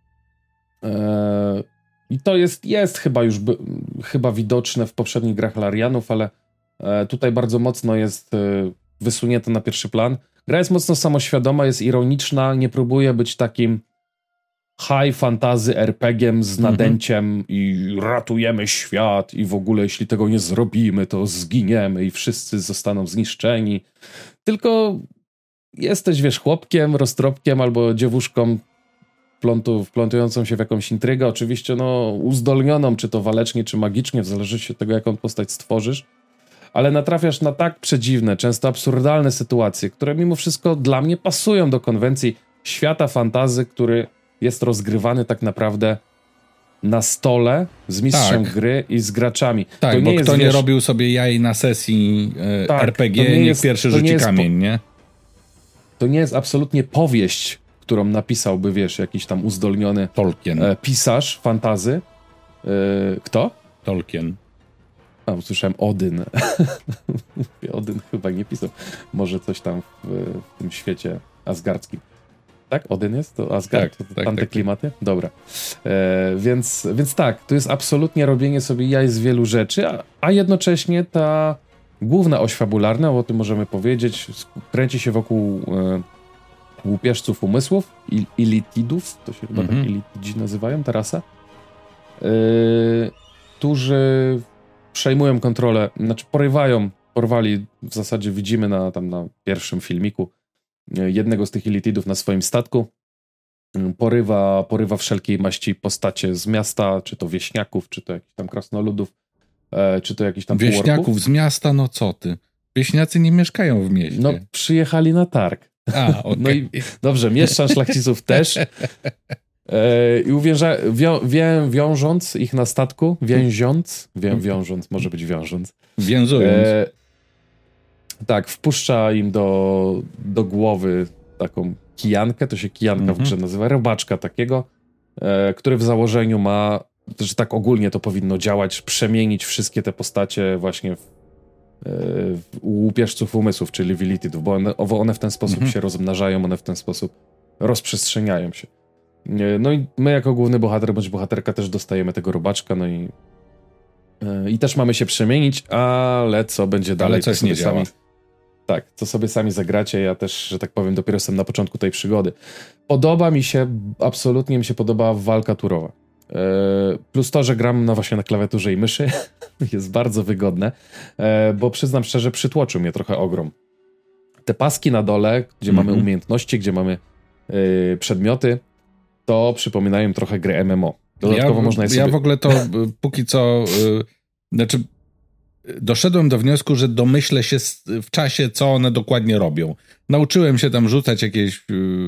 i to jest chyba już chyba widoczne w poprzednich grach Larianów, ale tutaj bardzo mocno jest wysunięte na pierwszy plan. Gra jest mocno samoświadoma, jest ironiczna, nie próbuje być takim high fantasy RPG-iem z nadęciem i ratujemy świat i w ogóle jeśli tego nie zrobimy, to zginiemy i wszyscy zostaną zniszczeni. Tylko jesteś, wiesz, chłopkiem, roztropkiem albo dziewuszką wplątującą się w jakąś intrygę, oczywiście no uzdolnioną, czy to walecznie, czy magicznie, w zależności od tego, jaką postać stworzysz, ale natrafiasz na tak przedziwne, często absurdalne sytuacje, które mimo wszystko dla mnie pasują do konwencji świata fantasy, który jest rozgrywany tak naprawdę na stole z mistrzem gry i z graczami. Tak, to bo nie kto jest, nie wiesz, robił sobie jaj na sesji tak, RPG, to nie niech jest- pierwszy to nie rzuci jest kamień, nie? to nie jest absolutnie powieść, którą napisałby, wiesz, jakiś tam uzdolniony Tolkien. pisarz fantazy. Kto? Tolkien. A, usłyszałem Odyn. Odyn chyba nie pisał. Może coś tam w tym świecie asgardzkim. Tak? Odyn jest? To Asgard? Tak, to tak, tamte tak. klimaty? Dobra. Więc tak, to jest absolutnie robienie sobie jaj z wielu rzeczy, a jednocześnie ta główna oś fabularna, o tym możemy powiedzieć, kręci się wokół łupieżców umysłów, Illithidów, to się chyba tak Illithidzi nazywają, ta rasa, którzy przejmują kontrolę, znaczy porwali, w zasadzie widzimy na pierwszym filmiku jednego z tych Illithidów na swoim statku, porywa wszelkiej maści postacie z miasta, czy to wieśniaków, czy to jakichś tam krasnoludów, czy to jakichś tam Wieśniaków z miasta, no co ty? Wieśniacy nie mieszkają w mieście. No, przyjechali na targ. Okay. No i dobrze, mieszczan szlachciców też. I wiążąc ich na statku, wiążąc, może być wiążąc. Więzując. Tak, wpuszcza im do głowy taką kijankę, to się kijanka w grze nazywa, robaczka takiego, który w założeniu ma, że tak ogólnie to powinno działać, przemienić wszystkie te postacie właśnie w łupieżców umysłów, czyli Illithidów, bo one w ten sposób się rozmnażają, one w ten sposób rozprzestrzeniają się. No i my jako główny bohater bądź bohaterka też dostajemy tego robaczka, no i też mamy się przemienić, ale co będzie dalej? Ale coś nie działa. Tak, co sobie sami zagracie, ja też, że tak powiem, dopiero jestem na początku tej przygody. Absolutnie mi się podoba walka turowa. Plus to, że gram właśnie na klawiaturze i myszy, jest bardzo wygodne, bo przyznam szczerze, przytłoczył mnie trochę ogrom. Te paski na dole, gdzie mamy umiejętności, gdzie mamy przedmioty, to przypominają trochę gry MMO. Dodatkowo można je sobie... Ja w ogóle to póki co... Znaczy, doszedłem do wniosku, że domyślę się w czasie, co one dokładnie robią. Nauczyłem się tam rzucać jakieś...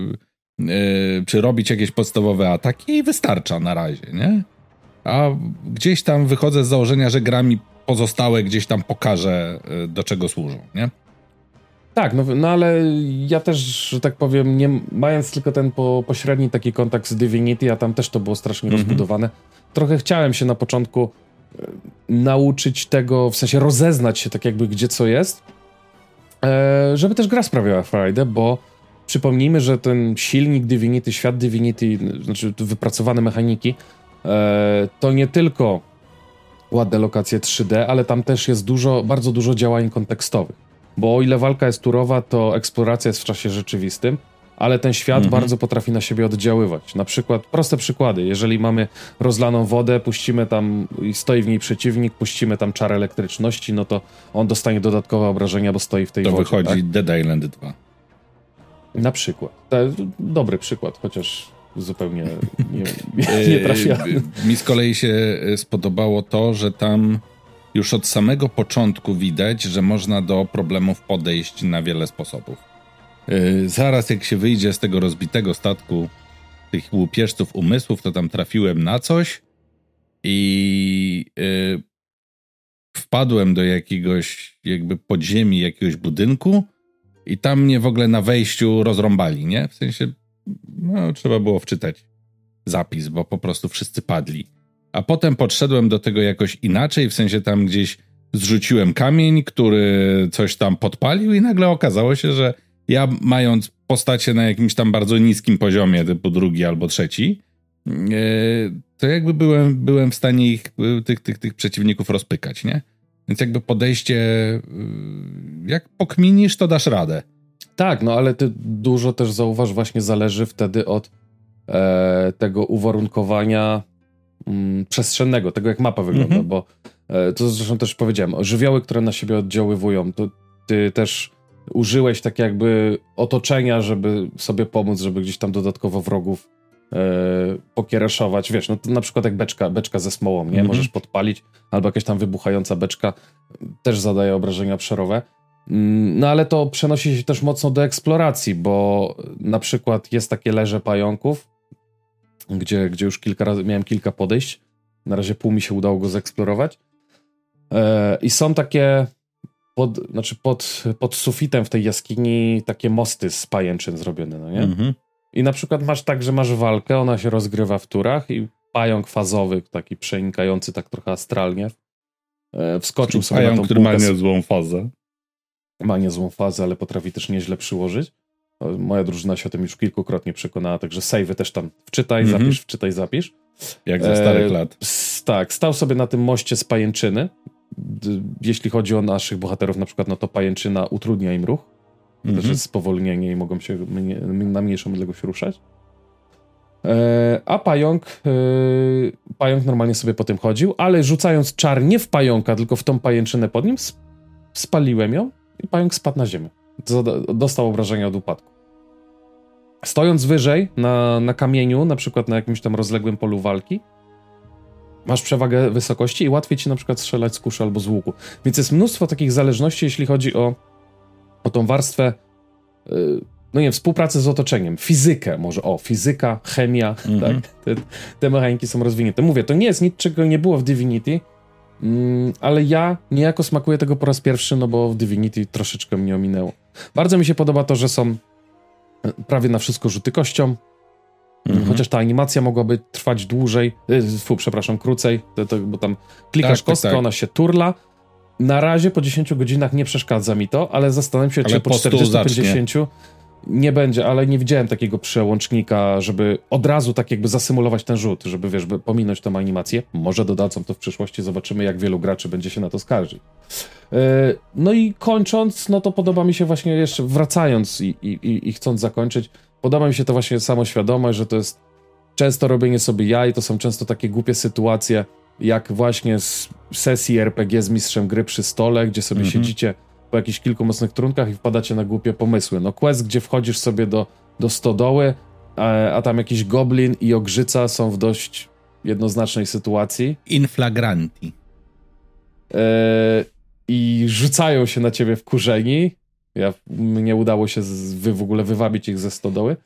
czy robić jakieś podstawowe ataki i wystarcza na razie, nie? A gdzieś tam wychodzę z założenia, że gra mi pozostałe gdzieś tam pokaże, do czego służą, nie? Tak, no ale ja też, że tak powiem, nie mając tylko ten pośredni taki kontakt z Divinity, a tam też to było strasznie rozbudowane, trochę chciałem się na początku nauczyć tego, w sensie rozeznać się tak jakby gdzie co jest, żeby też gra sprawiała frajdę, bo przypomnijmy, że ten silnik Divinity, świat Divinity, znaczy wypracowane mechaniki, to nie tylko ładne lokacje 3D, ale tam też jest bardzo dużo działań kontekstowych. Bo o ile walka jest turowa, to eksploracja jest w czasie rzeczywistym, ale ten świat bardzo potrafi na siebie oddziaływać. Na przykład, proste przykłady, jeżeli mamy rozlaną wodę, puścimy tam i stoi w niej przeciwnik, puścimy tam czar elektryczności, no to on dostanie dodatkowe obrażenia, bo stoi w tej wodzie. To wychodzi tak? Dead Island 2. Na przykład. Dobry przykład, chociaż zupełnie nie trafiamy. Mi z kolei się spodobało to, że tam już od samego początku widać, że można do problemów podejść na wiele sposobów. Zaraz jak się wyjdzie z tego rozbitego statku tych łupieżców umysłów, to tam trafiłem na coś i wpadłem do jakiegoś jakby podziemi, jakiegoś budynku i tam mnie w ogóle na wejściu rozrąbali, nie? W sensie, no trzeba było wczytać zapis, bo po prostu wszyscy padli. A potem podszedłem do tego jakoś inaczej, w sensie tam gdzieś zrzuciłem kamień, który coś tam podpalił i nagle okazało się, że ja mając postacie na jakimś tam bardzo niskim poziomie, typu 2 albo 3, to jakby byłem w stanie tych przeciwników rozpykać, nie? Więc jakby podejście, jak pokminisz, to dasz radę. Tak, no ale ty dużo też zauważ, właśnie zależy wtedy od tego uwarunkowania przestrzennego, tego jak mapa wygląda, bo to zresztą też powiedziałem, żywioły, które na siebie oddziaływują, to ty też użyłeś tak jakby otoczenia, żeby sobie pomóc, żeby gdzieś tam dodatkowo wrogów pokiereszować, wiesz, no to na przykład jak beczka ze smołą, nie? Możesz podpalić, albo jakaś tam wybuchająca beczka też zadaje obrażenia obszarowe. No ale to przenosi się też mocno do eksploracji, bo na przykład jest takie leże pająków, gdzie już kilka razy miałem kilka podejść, na razie pół mi się udało go zeksplorować i są takie pod sufitem w tej jaskini takie mosty z pajęczyn zrobione, no nie? I na przykład masz tak, że masz walkę, ona się rozgrywa w turach i pająk fazowy, taki przenikający tak trochę astralnie, wskoczył sobie pająk, na tą który ma półkę. niezłą fazę. Ma niezłą fazę, ale potrafi też nieźle przyłożyć. Moja drużyna się o tym już kilkukrotnie przekonała, także save'y też tam wczytaj, zapisz, wczytaj, zapisz. Jak ze starych lat. Tak, stał sobie na tym moście z pajęczyny. Jeśli chodzi o naszych bohaterów na przykład, no to pajęczyna utrudnia im ruch. To też jest spowolnienie i mogą się na mniejszą odległość ruszać. A pająk normalnie sobie po tym chodził, ale rzucając czar nie w pająka, tylko w tą pajęczynę pod nim, spaliłem ją i pająk spadł na ziemię. Dostał obrażenia od upadku. Stojąc wyżej na kamieniu, na przykład na jakimś tam rozległym polu walki, masz przewagę wysokości i łatwiej ci na przykład strzelać z kuszy albo z łuku. Więc jest mnóstwo takich zależności, jeśli chodzi o tą warstwę, no nie wiem, współpracy z otoczeniem, fizykę może, fizyka, chemia, tak? Te mechaniki są rozwinięte. Mówię, to nie jest nic, czego nie było w Divinity, ale ja niejako smakuję tego po raz pierwszy, no bo w Divinity troszeczkę mnie ominęło. Bardzo mi się podoba to, że są prawie na wszystko rzuty kością, chociaż ta animacja mogłaby trwać dłużej, krócej, bo tam klikasz kostkę, ona się turla. Na razie po 10 godzinach nie przeszkadza mi to, ale zastanawiam się, czy po 40-50 nie będzie, ale nie widziałem takiego przełącznika, żeby od razu tak jakby zasymulować ten rzut, żeby wiesz, pominąć tę animację. Może dodadzą to w przyszłości, zobaczymy jak wielu graczy będzie się na to skarżyć. No i kończąc, no to podoba mi się właśnie jeszcze, wracając i chcąc zakończyć, podoba mi się to właśnie samoświadomość, że to jest często robienie sobie jaj, to są często takie głupie sytuacje, jak właśnie z sesji RPG z mistrzem gry przy stole, gdzie sobie siedzicie po jakichś kilku mocnych trunkach i wpadacie na głupie pomysły. No quest, gdzie wchodzisz sobie do stodoły, a tam jakiś goblin i ogrzyca są w dość jednoznacznej sytuacji. In flagranti. I rzucają się na ciebie wkurzeni. Mnie udało się w ogóle wywabić ich ze stodoły.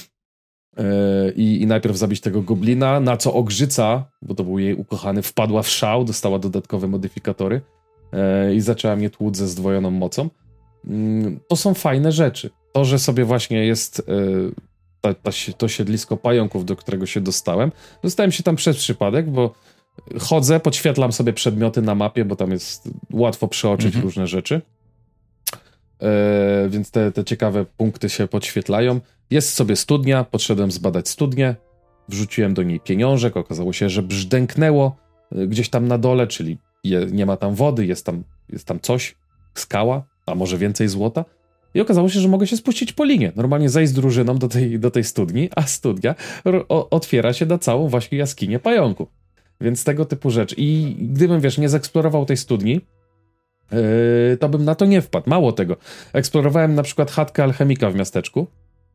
I najpierw zabić tego goblina, na co ogrzyca, bo to był jej ukochany, wpadła w szał, dostała dodatkowe modyfikatory i zaczęła mnie tłuc ze zdwojoną mocą. To są fajne rzeczy. To, że sobie właśnie jest to siedlisko pająków, do którego się dostałem. Dostałem się tam przez przypadek, bo chodzę, podświetlam sobie przedmioty na mapie, bo tam jest łatwo przeoczyć różne rzeczy. więc te ciekawe punkty się podświetlają. Jest sobie studnia, podszedłem zbadać studnię, wrzuciłem do niej pieniążek, okazało się, że brzdęknęło gdzieś tam na dole, czyli nie ma tam wody, jest tam coś, skała, a może więcej złota. I okazało się, że mogę się spuścić po linie. Normalnie zejść z drużyną do tej studni, a studnia otwiera się na całą właśnie jaskinię pająków. Więc tego typu rzecz. I gdybym, nie zeksplorował tej studni, to bym na to nie wpadł. Mało tego. Eksplorowałem na przykład chatkę alchemika w miasteczku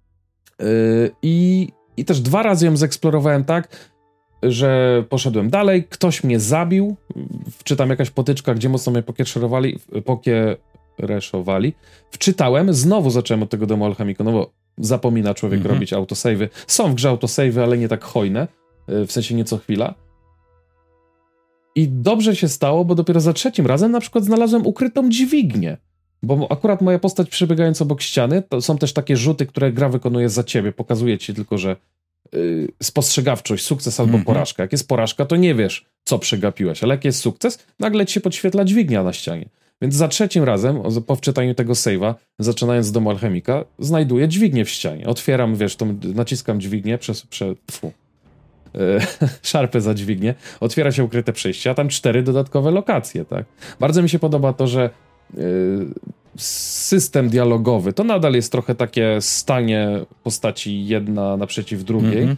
i też 2 razy ją zeksplorowałem tak, że poszedłem dalej, ktoś mnie zabił, czy tam jakaś potyczka, gdzie mocno mnie pokiereszowali. Wczytałem, znowu zacząłem od tego domu alchemika, no bo zapomina człowiek robić autosave'y. Są w grze autosave'y, ale nie tak hojne, w sensie nie co chwila. I dobrze się stało, bo dopiero za 3 razem na przykład znalazłem ukrytą dźwignię. Bo akurat moja postać przebiegając obok ściany, to są też takie rzuty, które gra wykonuje za ciebie. Pokazuje ci tylko, że spostrzegawczość, sukces albo porażka. Jak jest porażka, to nie wiesz, co przegapiłeś, ale jak jest sukces, nagle ci się podświetla dźwignia na ścianie. Więc za 3 razem, po wczytaniu tego save'a, zaczynając z domu alchemika, znajduję dźwignię w ścianie. Otwieram, naciskam dźwignię, szarpę za dźwignię, otwiera się ukryte przejście, a tam 4 dodatkowe lokacje, tak? Bardzo mi się podoba to, że system dialogowy to nadal jest trochę takie stanie postaci jedna naprzeciw drugiej,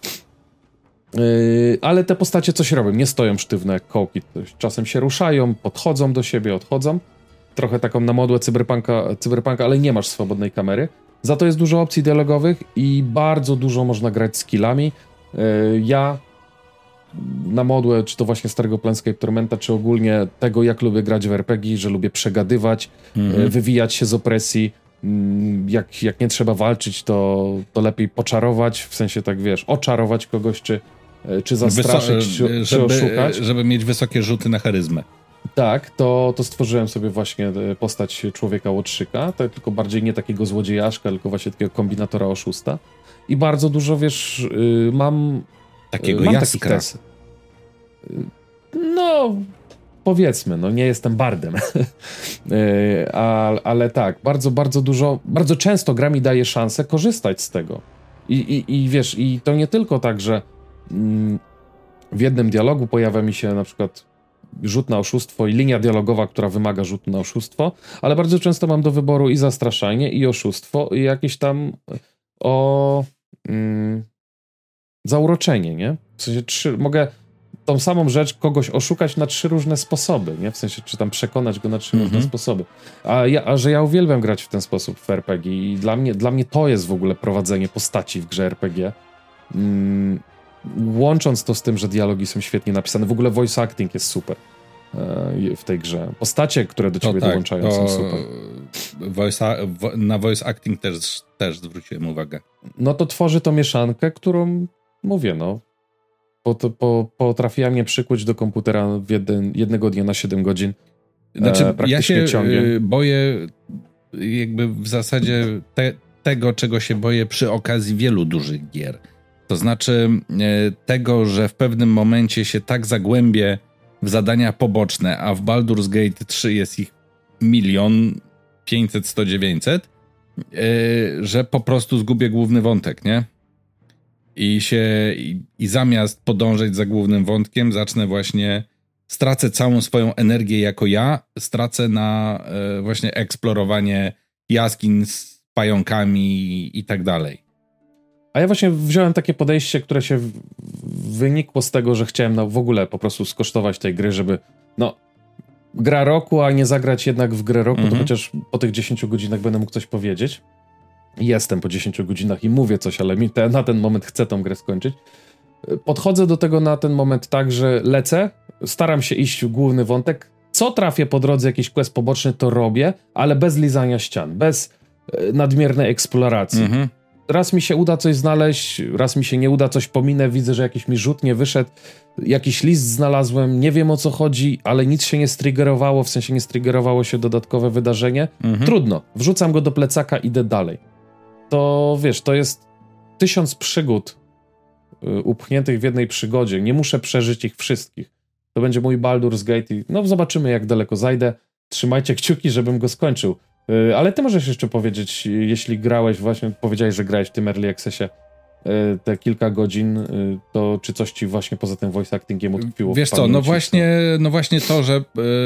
ale te postacie coś robią, nie stoją sztywne jak kołki, czasem się ruszają, podchodzą do siebie, odchodzą, trochę taką na modłę cyberpunka, ale nie masz swobodnej kamery, za to jest dużo opcji dialogowych i bardzo dużo można grać skillami. Ja na modłę, czy to właśnie starego Planescape Tormenta, czy ogólnie tego, jak lubię grać w RPG, że lubię przegadywać, wywijać się z opresji, jak nie trzeba walczyć, to lepiej poczarować, w sensie tak oczarować kogoś, czy zastraszyć, czy oszukać. Żeby mieć wysokie rzuty na charyzmę. Tak, to stworzyłem sobie właśnie postać człowieka łotrzyka, tylko bardziej nie takiego złodziejaszka, tylko właśnie takiego kombinatora oszusta. I bardzo dużo, mam jaskra. No, powiedzmy, nie jestem bardem. ale tak, bardzo dużo, bardzo często gra mi daje szansę korzystać z tego. I to nie tylko tak, że w jednym dialogu pojawia mi się na przykład rzut na oszustwo i linia dialogowa, która wymaga rzutu na oszustwo, ale bardzo często mam do wyboru i zastraszanie, i oszustwo, i jakieś tam zauroczenie, nie? W sensie mogę tą samą rzecz kogoś oszukać na 3 różne sposoby, nie? W sensie, czy tam przekonać go na 3 różne sposoby. A że ja uwielbiam grać w ten sposób w RPG i dla mnie to jest w ogóle prowadzenie postaci w grze RPG. Łącząc to z tym, że dialogi są świetnie napisane, w ogóle voice acting jest super w tej grze. Postacie, które do ciebie dołączają, są super. Na voice acting też zwróciłem uwagę. No to tworzy to mieszankę, którą mówię, potrafiła mnie przykuć do komputera jednego dnia na 7 godzin. Znaczy, ja się boję jakby w zasadzie tego, czego się boję przy okazji wielu dużych gier. To znaczy tego, że w pewnym momencie się tak zagłębię w zadania poboczne, a w Baldur's Gate 3 jest ich 1 500 100 900, że po prostu zgubię główny wątek, nie? I zamiast podążać za głównym wątkiem, stracę całą swoją energię jako stracę na właśnie eksplorowanie jaskiń z pająkami i tak dalej. A ja właśnie wziąłem takie podejście, które się wynikło z tego, że chciałem w ogóle po prostu skosztować tej gry, żeby gra roku, a nie zagrać jednak w grę roku, to chociaż po tych 10 godzinach będę mógł coś powiedzieć. Jestem po 10 godzinach i mówię coś, ale na ten moment chcę tą grę skończyć. Podchodzę do tego na ten moment tak, że lecę, staram się iść w główny wątek. Co trafię po drodze, jakiś quest poboczny, to robię, ale bez lizania ścian, bez nadmiernej eksploracji. Raz mi się uda coś znaleźć, raz mi się nie uda, coś pominę, widzę, że jakiś mi rzut nie wyszedł, jakiś list znalazłem, nie wiem o co chodzi, ale nic się nie striggerowało, w sensie nie striggerowało się dodatkowe wydarzenie. Trudno, wrzucam go do plecaka, idę dalej. To to jest 1000 przygód upchniętych w jednej przygodzie. Nie muszę przeżyć ich wszystkich. To będzie mój Baldur's Gate i zobaczymy, jak daleko zajdę. Trzymajcie kciuki, żebym go skończył. Ale ty możesz jeszcze powiedzieć, jeśli grałeś, właśnie powiedziałeś, że grałeś w tym Early Accessie te kilka godzin, to czy coś ci właśnie poza tym voice actingiem utkwiło? Wiesz co, no właśnie to, że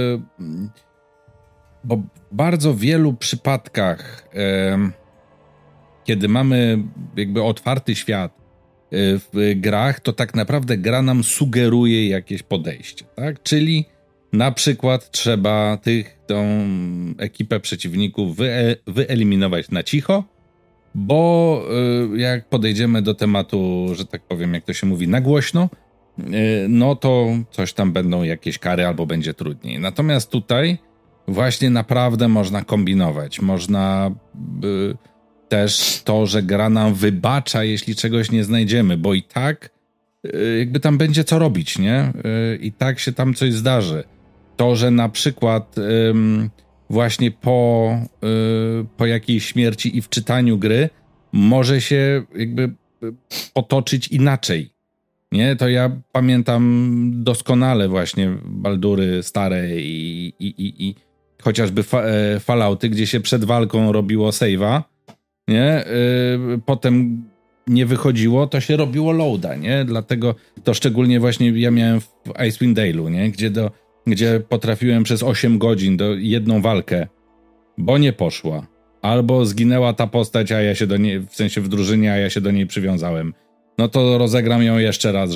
bo w bardzo wielu przypadkach kiedy mamy jakby otwarty świat w grach, to tak naprawdę gra nam sugeruje jakieś podejście, tak? Czyli na przykład trzeba tą ekipę przeciwników wyeliminować na cicho, bo jak podejdziemy do tematu, że tak powiem, jak to się mówi, na głośno, no to coś tam będą jakieś kary albo będzie trudniej. Natomiast tutaj właśnie naprawdę można kombinować. Można też to, że gra nam wybacza, jeśli czegoś nie znajdziemy, bo i tak jakby tam będzie co robić, nie? I tak się tam coś zdarzy. To, że na przykład właśnie po jakiejś śmierci i wczytaniu gry może się jakby potoczyć inaczej. Nie? To ja pamiętam doskonale właśnie Baldury stare i chociażby Fallouty, gdzie się przed walką robiło save'a, nie? Potem nie wychodziło, to się robiło loada, nie? Dlatego to szczególnie właśnie ja miałem w Icewind Dale'u, nie? Gdzie potrafiłem przez 8 godzin jedną walkę, bo nie poszła. Albo zginęła ta postać, a ja się do niej, w sensie w drużynie, a ja się do niej przywiązałem. No to rozegram ją jeszcze raz,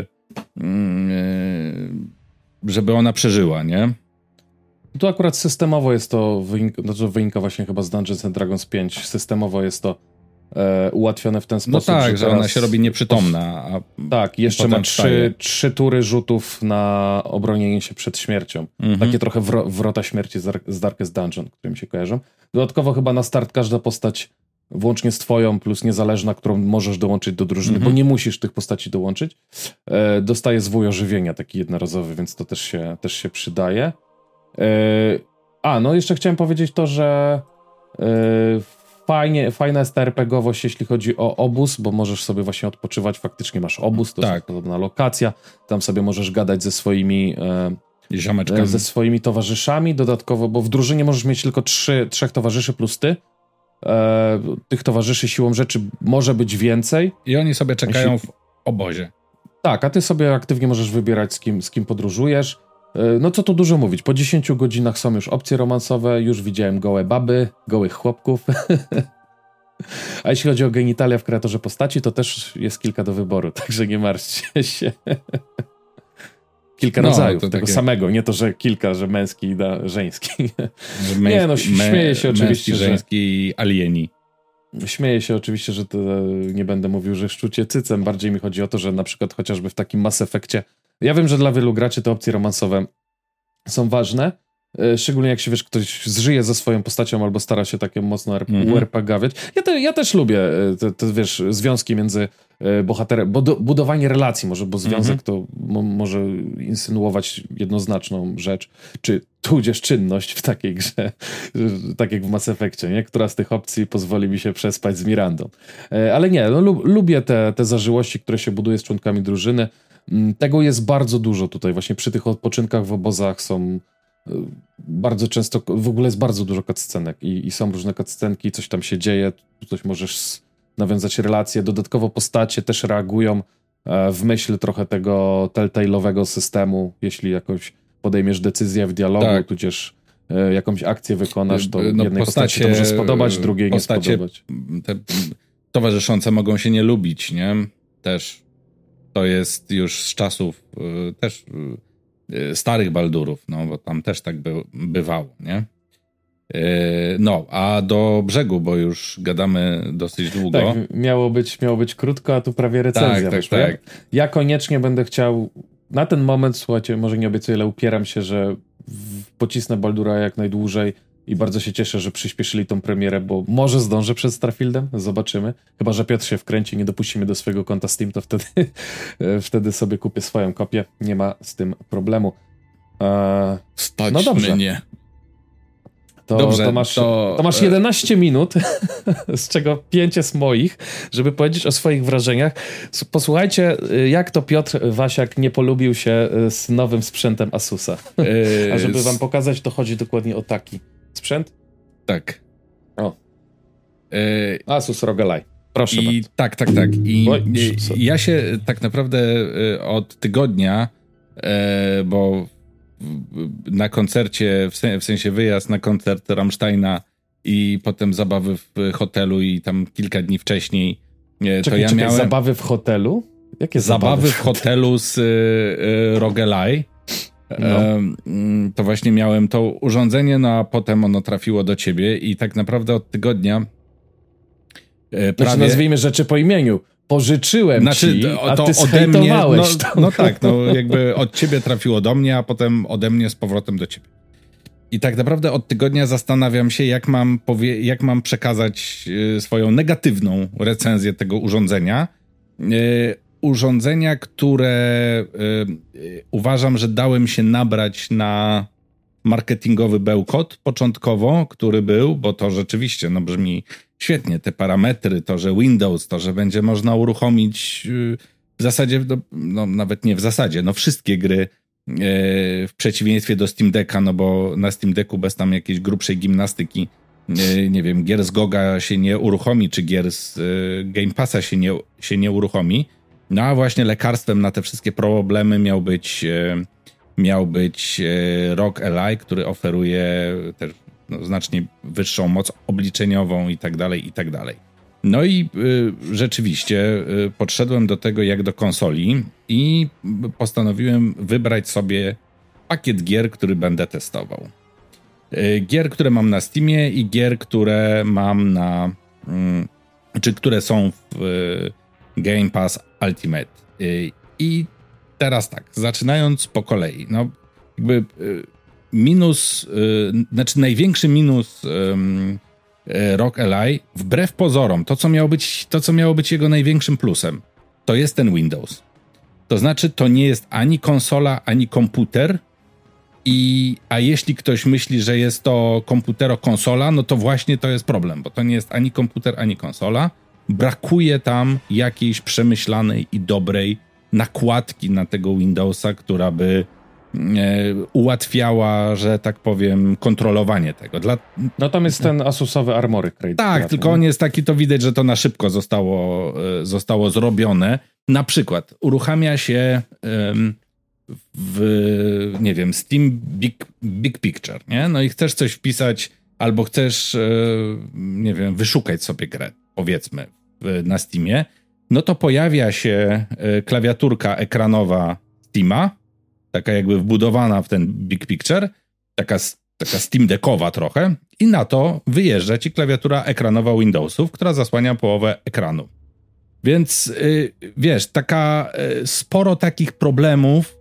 żeby ona przeżyła, nie? Tu akurat systemowo jest to, wynika właśnie chyba z Dungeons and Dragons 5, systemowo jest to ułatwione w ten sposób, no tak, że ona się robi nieprzytomna. Tak, jeszcze ma 3 tury rzutów na obronienie się przed śmiercią. Takie trochę wrota śmierci z Darkest Dungeon, które mi się kojarzą. Dodatkowo chyba na start każda postać, włącznie z twoją, plus niezależna, którą możesz dołączyć do drużyny, bo nie musisz tych postaci dołączyć, dostaje zwój ożywienia, taki jednorazowy, więc to też się przydaje. No jeszcze chciałem powiedzieć to, że fajna jest ta RPG-owość, jeśli chodzi o obóz, bo możesz sobie właśnie odpoczywać, faktycznie masz obóz, to jest podobna lokacja, tam sobie możesz gadać ze swoimi ziomeczkami, ze swoimi towarzyszami, dodatkowo, bo w drużynie możesz mieć tylko 3 towarzyszy plus ty. Tych towarzyszy siłą rzeczy może być więcej. I oni sobie czekają w obozie. Tak, a ty sobie aktywnie możesz wybierać, z kim podróżujesz. No co tu dużo mówić, po 10 godzinach są już opcje romansowe, już widziałem gołe baby, gołych chłopków. A jeśli chodzi o genitalia w kreatorze postaci, to też jest kilka do wyboru, także nie martwcie się. Kilka rodzajów tego takie samego, nie to, że kilka, że męski i żeński. Nie no, śmieję się oczywiście, męski, żeński i alieni. Śmieję się oczywiście, że to nie będę mówił, że szczucie cycem, bardziej mi chodzi o to, że na przykład chociażby w takim Mass Effectie, ja wiem, że dla wielu graczy te opcje romansowe są ważne, szczególnie jak się, wiesz, ktoś zżyje ze swoją postacią albo stara się takie mocno RPG-awiać. Ja też lubię te wiesz, związki między bohaterem, budowanie relacji może, bo związek to może insynuować jednoznaczną rzecz, czy tudzież czynność w takiej grze, tak jak w Mass Effectie, nie? Która z tych opcji pozwoli mi się przespać z Mirandą. Ale nie, no, lubię te zażyłości, które się buduje z członkami drużyny. Tego jest bardzo dużo tutaj, właśnie przy tych odpoczynkach w obozach są bardzo często, w ogóle jest bardzo dużo cutscenek i są różne cutscenki, coś tam się dzieje, coś możesz nawiązać relacje, dodatkowo postacie też reagują w myśl trochę tego telltale'owego systemu, jeśli jakoś podejmiesz decyzję w dialogu, tudzież jakąś akcję wykonasz, to jednej postaci to może spodobać, drugiej nie spodobać. Te towarzyszące mogą się nie lubić, nie? Też to jest już z czasów też starych Baldurów, no bo tam też tak bywało, nie? No, a do brzegu, bo już gadamy dosyć długo. Tak, miało być krótko, a tu prawie recenzja. Tak. Ja koniecznie będę chciał, na ten moment, słuchajcie, może nie obiecuję, ale upieram się, że pocisnę Baldura jak najdłużej i bardzo się cieszę, że przyspieszyli tą premierę, bo może zdążę przed Starfieldem, zobaczymy. Chyba że Piotr się wkręci, nie dopuści mnie do swojego konta Steam, to wtedy sobie kupię swoją kopię. Nie ma z tym problemu. Stać no dobrze. mnie. To masz 11 minut, z czego 5 jest moich, żeby powiedzieć o swoich wrażeniach. Posłuchajcie, jak to Piotr Wasiak nie polubił się z nowym sprzętem Asusa. A żeby wam pokazać, to chodzi dokładnie o taki sprzęt. Tak. O. Asus ROG Ally. Proszę bardzo. Tak. I ja się tak naprawdę od tygodnia, bo na koncercie, w sensie wyjazd na koncert Rammsteina i potem zabawy w hotelu i tam kilka dni wcześniej, Czekaj, miałem... zabawy w hotelu? Jakie zabawy w hotelu z ROG Ally. No. To właśnie miałem to urządzenie, no a potem ono trafiło do ciebie i tak naprawdę od tygodnia prawie... nazwijmy rzeczy po imieniu. Pożyczyłem ci, a ty ode mnie, to. Tak, jakby od ciebie trafiło do mnie, a potem ode mnie z powrotem do ciebie. I tak naprawdę od tygodnia zastanawiam się, jak mam przekazać swoją negatywną recenzję tego urządzenia. Urządzenia, które uważam, że dałem się nabrać na marketingowy bełkot początkowo, który był, bo to rzeczywiście brzmi świetnie, te parametry, to, że Windows, to, że będzie można uruchomić w zasadzie, nawet nie w zasadzie, wszystkie gry w przeciwieństwie do Steam Decka, bo na Steam Decku bez tam jakiejś grubszej gimnastyki, nie wiem, gier z GOGa się nie uruchomi, czy gier z Game Passa się nie uruchomi. No a właśnie lekarstwem na te wszystkie problemy miał być ROG Ally, który oferuje też znacznie wyższą moc obliczeniową i tak dalej. No i rzeczywiście podszedłem do tego jak do konsoli i postanowiłem wybrać sobie pakiet gier, który będę testował. Gier, które mam na Steamie i gier, które mam czy które są w Game Pass Ultimate. I teraz tak, zaczynając po kolei, największy minus ROG Ally, wbrew pozorom, to co miało być jego największym plusem, to jest ten Windows. To znaczy, to nie jest ani konsola, ani komputer, a jeśli ktoś myśli, że jest to komputero-konsola, no to właśnie to jest problem, bo to nie jest ani komputer, ani konsola. Brakuje tam jakiejś przemyślanej i dobrej nakładki na tego Windowsa, która by ułatwiała, że tak powiem, kontrolowanie tego. No tam jest ten Asusowy Armory Crate. Tak, tylko on jest taki, to widać, że to na szybko zostało zrobione. Na przykład uruchamia się nie wiem, Steam Big Picture, nie? No i chcesz coś wpisać, albo chcesz, nie wiem, wyszukać sobie grę, powiedzmy, na Steamie, no to pojawia się klawiaturka ekranowa Steama, taka jakby wbudowana w ten Big Picture, taka Steam Deckowa trochę, i na to wyjeżdża ci klawiatura ekranowa Windowsów, która zasłania połowę ekranu. Więc wiesz, sporo takich problemów,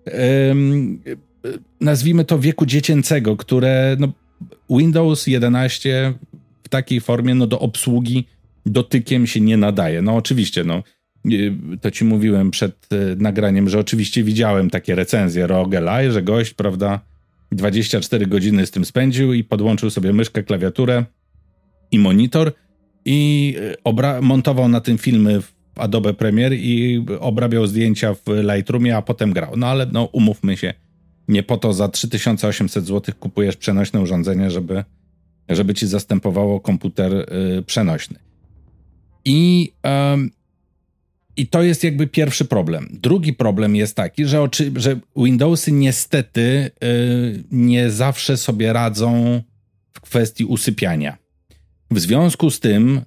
nazwijmy to wieku dziecięcego, które Windows 11 w takiej formie do obsługi dotykiem się nie nadaje. No oczywiście, to ci mówiłem przed nagraniem, że oczywiście widziałem takie recenzje ROG Ally, że gość, prawda, 24 godziny z tym spędził i podłączył sobie myszkę, klawiaturę i monitor i montował na tym filmy w Adobe Premiere i obrabiał zdjęcia w Lightroomie, a potem grał. No ale umówmy się, nie po to za 3800 zł kupujesz przenośne urządzenie, żeby ci zastępowało komputer przenośny. I to jest jakby pierwszy problem. Drugi problem jest taki, że Windowsy niestety nie zawsze sobie radzą w kwestii usypiania. W związku z tym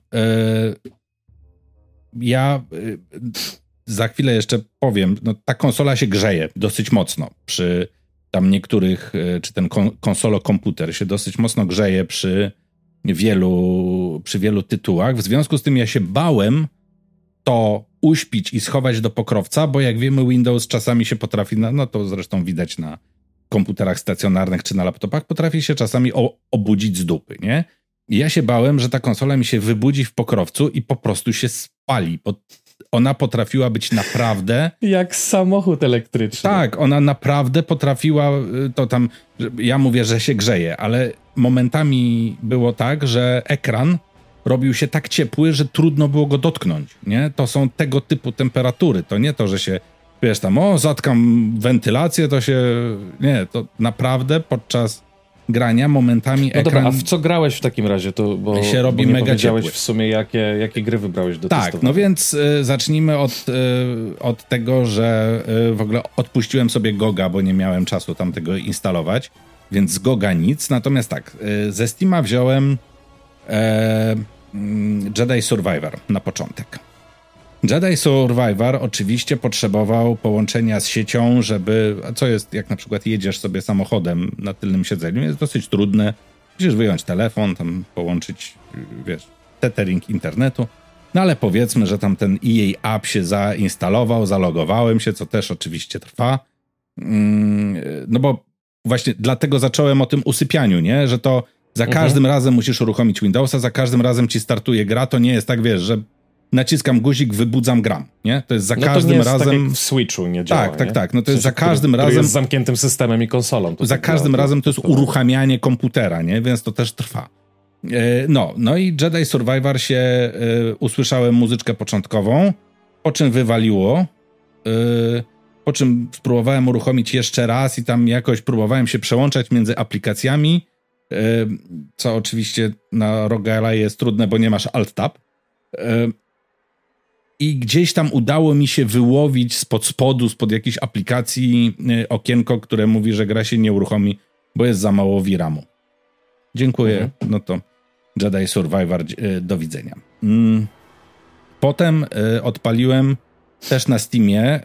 ja za chwilę jeszcze powiem, ta konsola się grzeje dosyć mocno przy tam niektórych, czy ten konsolo-komputer się dosyć mocno grzeje przy wielu tytułach. W związku z tym ja się bałem to uśpić i schować do pokrowca, bo jak wiemy, Windows czasami się potrafi, to zresztą widać na komputerach stacjonarnych czy na laptopach, potrafi się czasami obudzić z dupy, nie? I ja się bałem, że ta konsola mi się wybudzi w pokrowcu i po prostu się spali, bo ona potrafiła być naprawdę... Jak samochód elektryczny. Tak, ona naprawdę potrafiła, to tam, ja mówię, że się grzeje, ale momentami było tak, że ekran robił się tak ciepły, że trudno było go dotknąć, nie? To są tego typu temperatury, to nie to, że się, wiesz tam, zatkam wentylację, to się... Nie, to naprawdę podczas grania, momentami no ekran... Dobra, a w co grałeś w takim razie? To, bo się robi bo nie mega powiedziałeś ciepły. w sumie, jakie gry wybrałeś do testowania. Tak, no więc zacznijmy od tego, że w ogóle odpuściłem sobie GOG-a, bo nie miałem czasu tam tego instalować, więc z GOG-a nic. Natomiast tak, ze Steama wziąłem Jedi Survivor na początek. Jedi Survivor oczywiście potrzebował połączenia z siecią, żeby, a co jest, jak na przykład jedziesz sobie samochodem na tylnym siedzeniu, jest dosyć trudne. Musisz wyjąć telefon, tam połączyć, wiesz, tethering internetu. No ale powiedzmy, że tam ten EA app się zainstalował, zalogowałem się, co też oczywiście trwa. No bo właśnie dlatego zacząłem o tym usypianiu, nie? Że to za każdym razem musisz uruchomić Windowsa, za każdym razem ci startuje gra, to nie jest tak, wiesz, że naciskam guzik, wybudzam, gram, nie? To jest za każdym to nie jest razem... tak jak w Switchu nie działa, Tak. No to jest za który, każdym razem... jest z zamkniętym systemem i konsolą. Za każdym razem to jest uruchamianie komputera, nie? Więc to też trwa. No i Jedi Survivor się... usłyszałem muzyczkę początkową, po czym wywaliło, po czym spróbowałem uruchomić jeszcze raz i tam jakoś próbowałem się przełączać między aplikacjami, co oczywiście na roguelike jest trudne, bo nie masz alt-tab. I gdzieś tam udało mi się wyłowić spod spodu, spod jakiejś aplikacji okienko, które mówi, że gra się nie uruchomi, bo jest za mało VRAMu. Dziękuję. No to Jedi Survivor, do widzenia. Potem odpaliłem też na Steamie,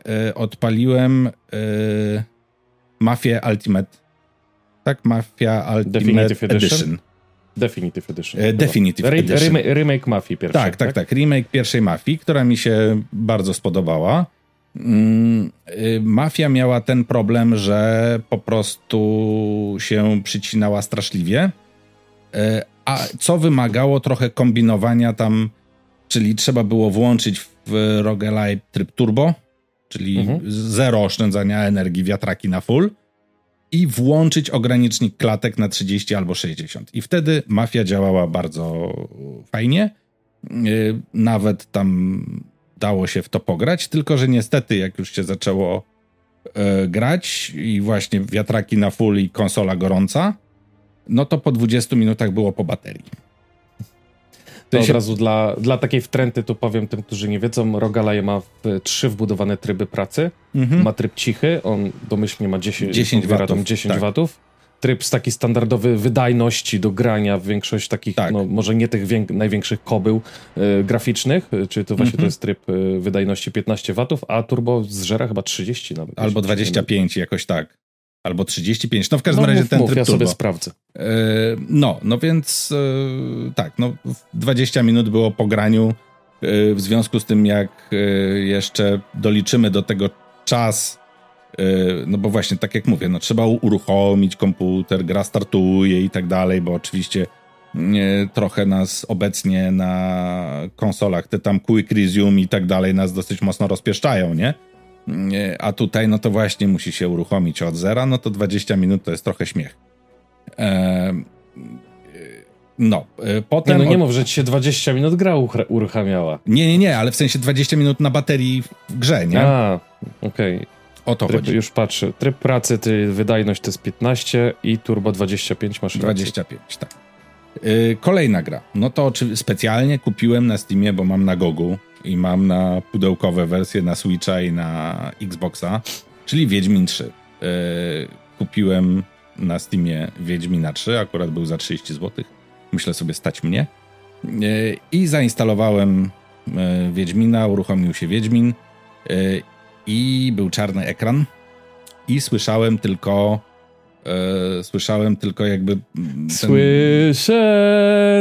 Mafię Ultimate. Tak? Mafia Ultimate Edition. Definitive Edition. Definitive Edition. Remake Mafii pierwszej. Tak. Remake pierwszej Mafii, która mi się bardzo spodobała. Mafia miała ten problem, że po prostu się przycinała straszliwie, a co wymagało trochę kombinowania tam, czyli trzeba było włączyć w roguelike tryb turbo, czyli zero oszczędzania energii, wiatraki na full, i włączyć ogranicznik klatek na 30 albo 60. I wtedy Mafia działała bardzo fajnie. Nawet tam dało się w to pograć, tylko że niestety jak już się zaczęło grać i właśnie wiatraki na full i konsola gorąca, no to po 20 minutach było po baterii. To od razu dla takiej wtręty to powiem tym, którzy nie wiedzą, Rogalike ma 3 wbudowane tryby pracy. Ma tryb cichy, on domyślnie ma 10 watów. 10 watów. Tryb taki standardowy wydajności do grania, większość takich, no może nie tych największych kobył graficznych, czyli to właśnie to jest tryb wydajności 15 watów, a turbo zżera chyba 30 nawet. Albo 25 jakoś tak. Albo 35, no w każdym razie ten tryb ja turbo. sobie sprawdzę. No więc tak, 20 minut było po graniu, w związku z tym jak jeszcze doliczymy do tego czas, no bo właśnie tak jak mówię, no trzeba uruchomić komputer, gra startuje i tak dalej, bo oczywiście trochę nas obecnie na konsolach, te tam quick resume i tak dalej nas dosyć mocno rozpieszczają, nie? A tutaj, no to właśnie musi się uruchomić od zera, no to 20 minut to jest trochę śmiech. Potem... Nie mów, że ci się 20 minut gra uruchamiała. Nie, ale w sensie 20 minut na baterii w grze, nie? Okej. O to chodzi. Już patrzę. Tryb pracy, wydajność to jest 15 i turbo 25 masz 25, tak. Kolejna gra. No to specjalnie kupiłem na Steamie, bo mam na Gogu i mam na pudełkowe wersje na Switcha i na Xboxa, czyli Wiedźmin 3. Kupiłem na Steamie Wiedźmina 3, akurat był za 30 zł. Myślę sobie, stać mnie. I zainstalowałem Wiedźmina, uruchomił się Wiedźmin i był czarny ekran i słyszałem tylko jakby... Słyszę...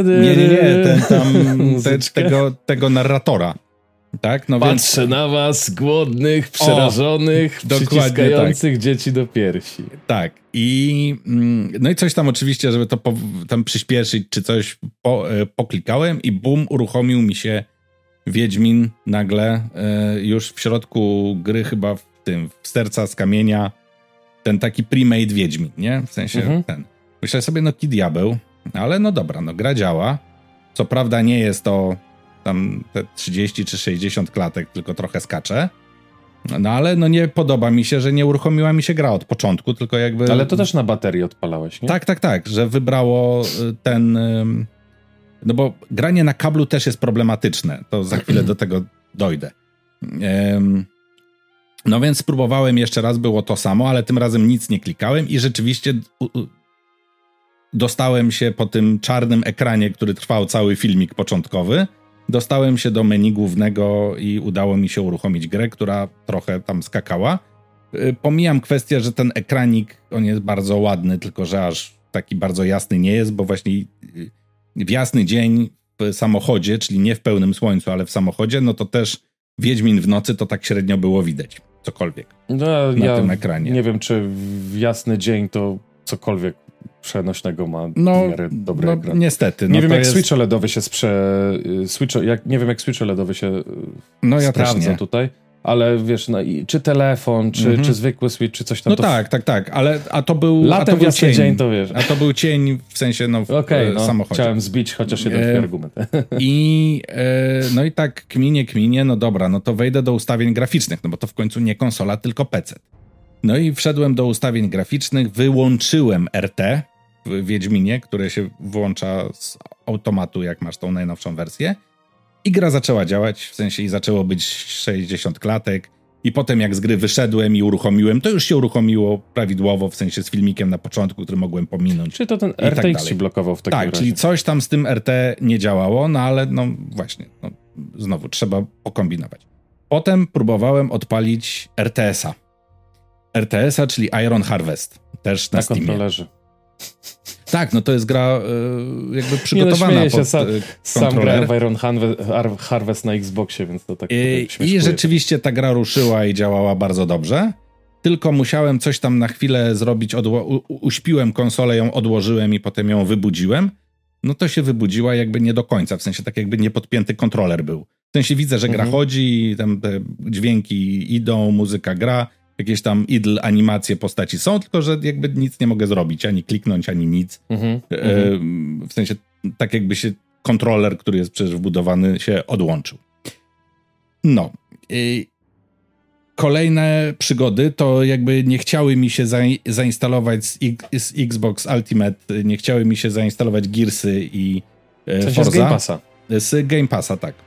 tego narratora. Tak? No Patrzę więc... na was, głodnych, przerażonych, przyciskających dzieci do piersi. Tak. No i coś tam oczywiście, żeby to tam przyspieszyć, czy coś poklikałem i bum, uruchomił mi się Wiedźmin nagle już w środku gry, chyba w Serca z Kamienia, ten taki pre-made Wiedźmin, nie? W sensie ten. Myślę sobie, no ki diabeł, ale no dobra, no gra działa. Co prawda nie jest to tam te 30 czy 60 klatek, tylko trochę skacze, No ale no nie podoba mi się, że nie uruchomiła mi się gra od początku, tylko jakby... Ale to też na baterii odpalałeś, nie? Tak, że wybrało ten... No bo granie na kablu też jest problematyczne, to za chwilę do tego dojdę. No więc spróbowałem jeszcze raz, było to samo, ale tym razem nic nie klikałem i rzeczywiście dostałem się po tym czarnym ekranie, który trwał cały filmik początkowy, dostałem się do menu głównego i udało mi się uruchomić grę, która trochę tam skakała. Pomijam kwestię, że ten ekranik, on jest bardzo ładny, tylko że aż taki bardzo jasny nie jest, bo właśnie w jasny dzień w samochodzie, czyli nie w pełnym słońcu, ale w samochodzie, no to też Wiedźmin w nocy to tak średnio było widać, cokolwiek na tym ekranie. Nie wiem, czy w jasny dzień to cokolwiek przenośnego ma w miarę dobry ekran. Niestety. Nie wiem, jak Switch OLEDowy się nie wiem, jak Switch OLEDowy się sprawdzą tutaj, ale wiesz, no, czy telefon, czy zwykły Switch, czy coś tam. No tak, ale to był latem w jasny dzień, to wiesz. A to był cień w sensie w samochodzie. Chciałem zbić chociaż jeden argument. I tak kminie, no dobra, no to wejdę do ustawień graficznych, no bo to w końcu nie konsola, tylko PC. No i wszedłem do ustawień graficznych, wyłączyłem RT w Wiedźminie, które się włącza z automatu, jak masz tą najnowszą wersję. I gra zaczęła działać, w sensie i zaczęło być 60 klatek. I potem jak z gry wyszedłem i uruchomiłem, to już się uruchomiło prawidłowo, w sensie z filmikiem na początku, który mogłem pominąć. Czyli to ten RTX ci blokował w takim razie. Tak, czyli coś tam z tym RT nie działało, no ale no właśnie, no, znowu trzeba pokombinować. Potem próbowałem odpalić RTS-a. RTS-a, czyli Iron Harvest. Też na Steamie. Kontrolerze. Tak, no to jest gra jakby przygotowana pod sam grałem w Iron Harvest na Xboxie, więc to tak I rzeczywiście ta gra ruszyła i działała bardzo dobrze, tylko musiałem coś tam na chwilę zrobić, uśpiłem konsolę, ją odłożyłem i potem ją wybudziłem. No to się wybudziła jakby nie do końca, w sensie tak jakby niepodpięty kontroler był. W sensie widzę, że gra chodzi, tam te dźwięki idą, muzyka gra, jakieś tam idle animacje postaci są, tylko że jakby nic nie mogę zrobić, ani kliknąć, ani nic. W sensie tak jakby się kontroler, który jest przecież wbudowany, się odłączył. No. Kolejne przygody to jakby nie chciały mi się zainstalować z Xbox Ultimate, nie chciały mi się zainstalować Gearsy i Forza. Z Game Passa. Z Game Passa, tak.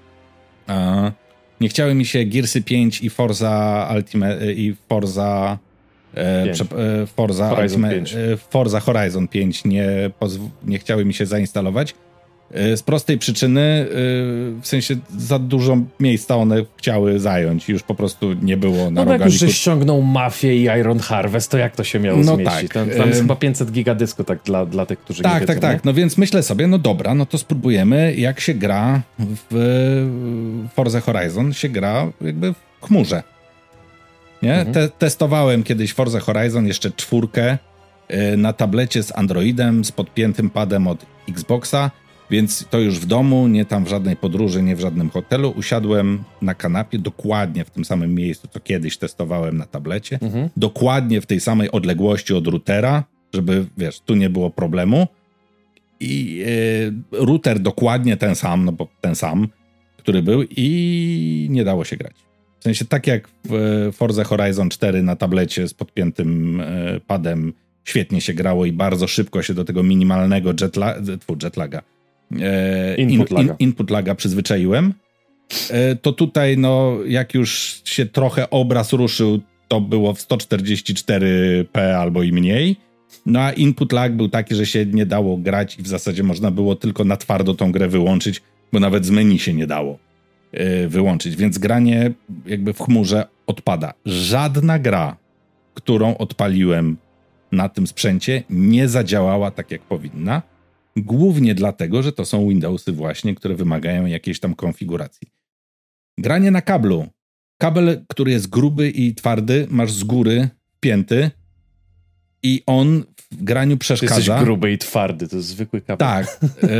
Nie chciały mi się Gearsy 5 i Forza Ultimate i Forza Horizon Ultimate, 5. Forza Horizon 5 nie chciały mi się zainstalować. Z prostej przyczyny, w sensie za dużo miejsca one chciały zająć. Już po prostu nie było na rogaliku. No jak już żeś ściągnął Mafię i Iron Harvest, to jak to się miało zmieścić? Tak. Tam jest chyba 500 gigadysku tak dla tych, którzy nie wiedzą. Tak. No więc myślę sobie, no dobra, no to spróbujemy, jak się gra w Forza Horizon, się gra jakby w chmurze. Nie? Testowałem kiedyś Forza Horizon, jeszcze 4 na tablecie z Androidem, z podpiętym padem od Xboxa, więc to już w domu, nie tam w żadnej podróży, nie w żadnym hotelu. Usiadłem na kanapie, dokładnie w tym samym miejscu, co kiedyś testowałem na tablecie. Dokładnie w tej samej odległości od routera, żeby, wiesz, tu nie było problemu. I router dokładnie ten sam, no bo ten sam, który był i nie dało się grać. W sensie tak jak w Forza Horizon 4 na tablecie z podpiętym padem świetnie się grało i bardzo szybko się do tego minimalnego jetlaga. Input laga przyzwyczaiłem, to tutaj no jak już się trochę obraz ruszył, to było w 144p albo i mniej, no a input lag był taki, że się nie dało grać i w zasadzie można było tylko na twardo tą grę wyłączyć, bo nawet z menu się nie dało wyłączyć, więc granie jakby w chmurze odpada. Żadna gra, którą odpaliłem na tym sprzęcie, nie zadziałała tak jak powinna. Głównie dlatego, że to są Windowsy właśnie, które wymagają jakiejś tam konfiguracji. Granie na kablu. Kabel, który jest gruby i twardy, masz z góry pięty i on w graniu przeszkadza. Ty jesteś gruby i twardy, to jest zwykły kabel. Tak.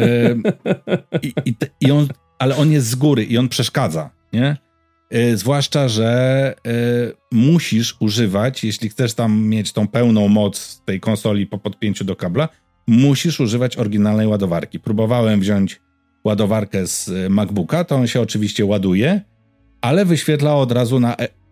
Ale on jest z góry i on przeszkadza, nie? Zwłaszcza, że musisz używać, jeśli chcesz tam mieć tą pełną moc tej konsoli po podpięciu do kabla, musisz używać oryginalnej ładowarki. Próbowałem wziąć ładowarkę z MacBooka, to on się oczywiście ładuje, ale wyświetla od razu na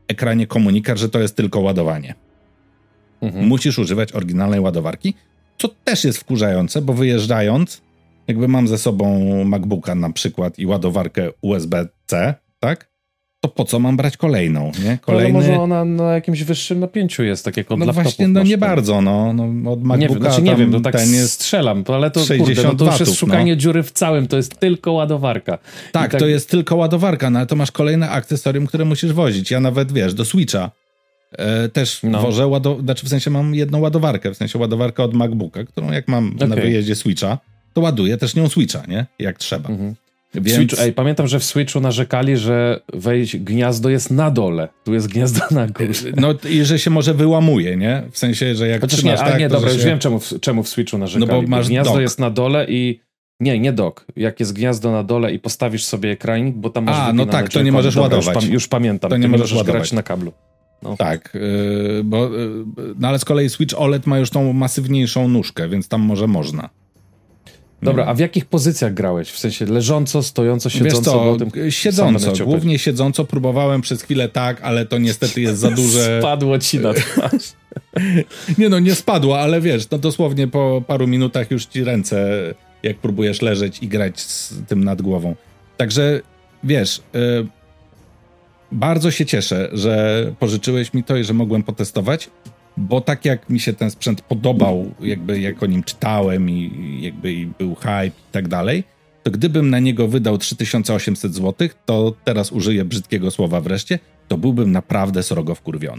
ekranie komunikat, że to jest tylko ładowanie. Musisz używać oryginalnej ładowarki, co też jest wkurzające, bo wyjeżdżając, jakby mam ze sobą MacBooka na przykład i ładowarkę USB-C, tak? To po co mam brać kolejną, nie? No może ona na jakimś wyższym napięciu jest, tak jak od laptopów. No właśnie, no nie bardzo, no od MacBooka nie wiem, to tak ten jest strzelam, ale to kurde, no to już jest szukanie dziury w całym, to jest tylko ładowarka. Tak, to jest tylko ładowarka, no ale to masz kolejne akcesorium, które musisz wozić. Ja nawet, wiesz, do Switcha też wożę, znaczy w sensie mam jedną ładowarkę, w sensie ładowarkę od MacBooka, którą jak mam na wyjeździe Switcha, to ładuję też nią Switcha, nie? Jak trzeba. Więc... pamiętam, że w Switchu narzekali, że gniazdo jest na dole, tu jest gniazdo na górze. No i że się może wyłamuje, nie? W sensie, że jak chociaż trzymasz nie, tak, nie, to dobra, się... już wiem czemu w Switchu narzekali. No bo masz gniazdo dock. jest na dole i... Nie dock. Jak jest gniazdo na dole i postawisz sobie ekranik, bo tam masz no tak, to nie możesz ładować. Już pamiętam, to nie możesz grać na kablu. No. Tak, no ale z kolei Switch OLED ma już tą masywniejszą nóżkę, więc tam może można. Dobra, a w jakich pozycjach grałeś? W sensie leżąco, stojąco, siedząco? Wiesz co, siedząco, głównie siedząco. Próbowałem przez chwilę tak, ale to niestety jest za duże... Spadło ci na twarz. Nie spadło, ale wiesz, no dosłownie po paru minutach już ci ręce, jak próbujesz leżeć i grać z tym nad głową. Także, wiesz, bardzo się cieszę, że pożyczyłeś mi to i że mogłem potestować, bo tak jak mi się ten sprzęt podobał, jakby jak o nim czytałem i jakby i był hype i tak dalej, to gdybym na niego wydał 3800 zł, to teraz użyję brzydkiego słowa wreszcie, to byłbym naprawdę srogo wkurwiony.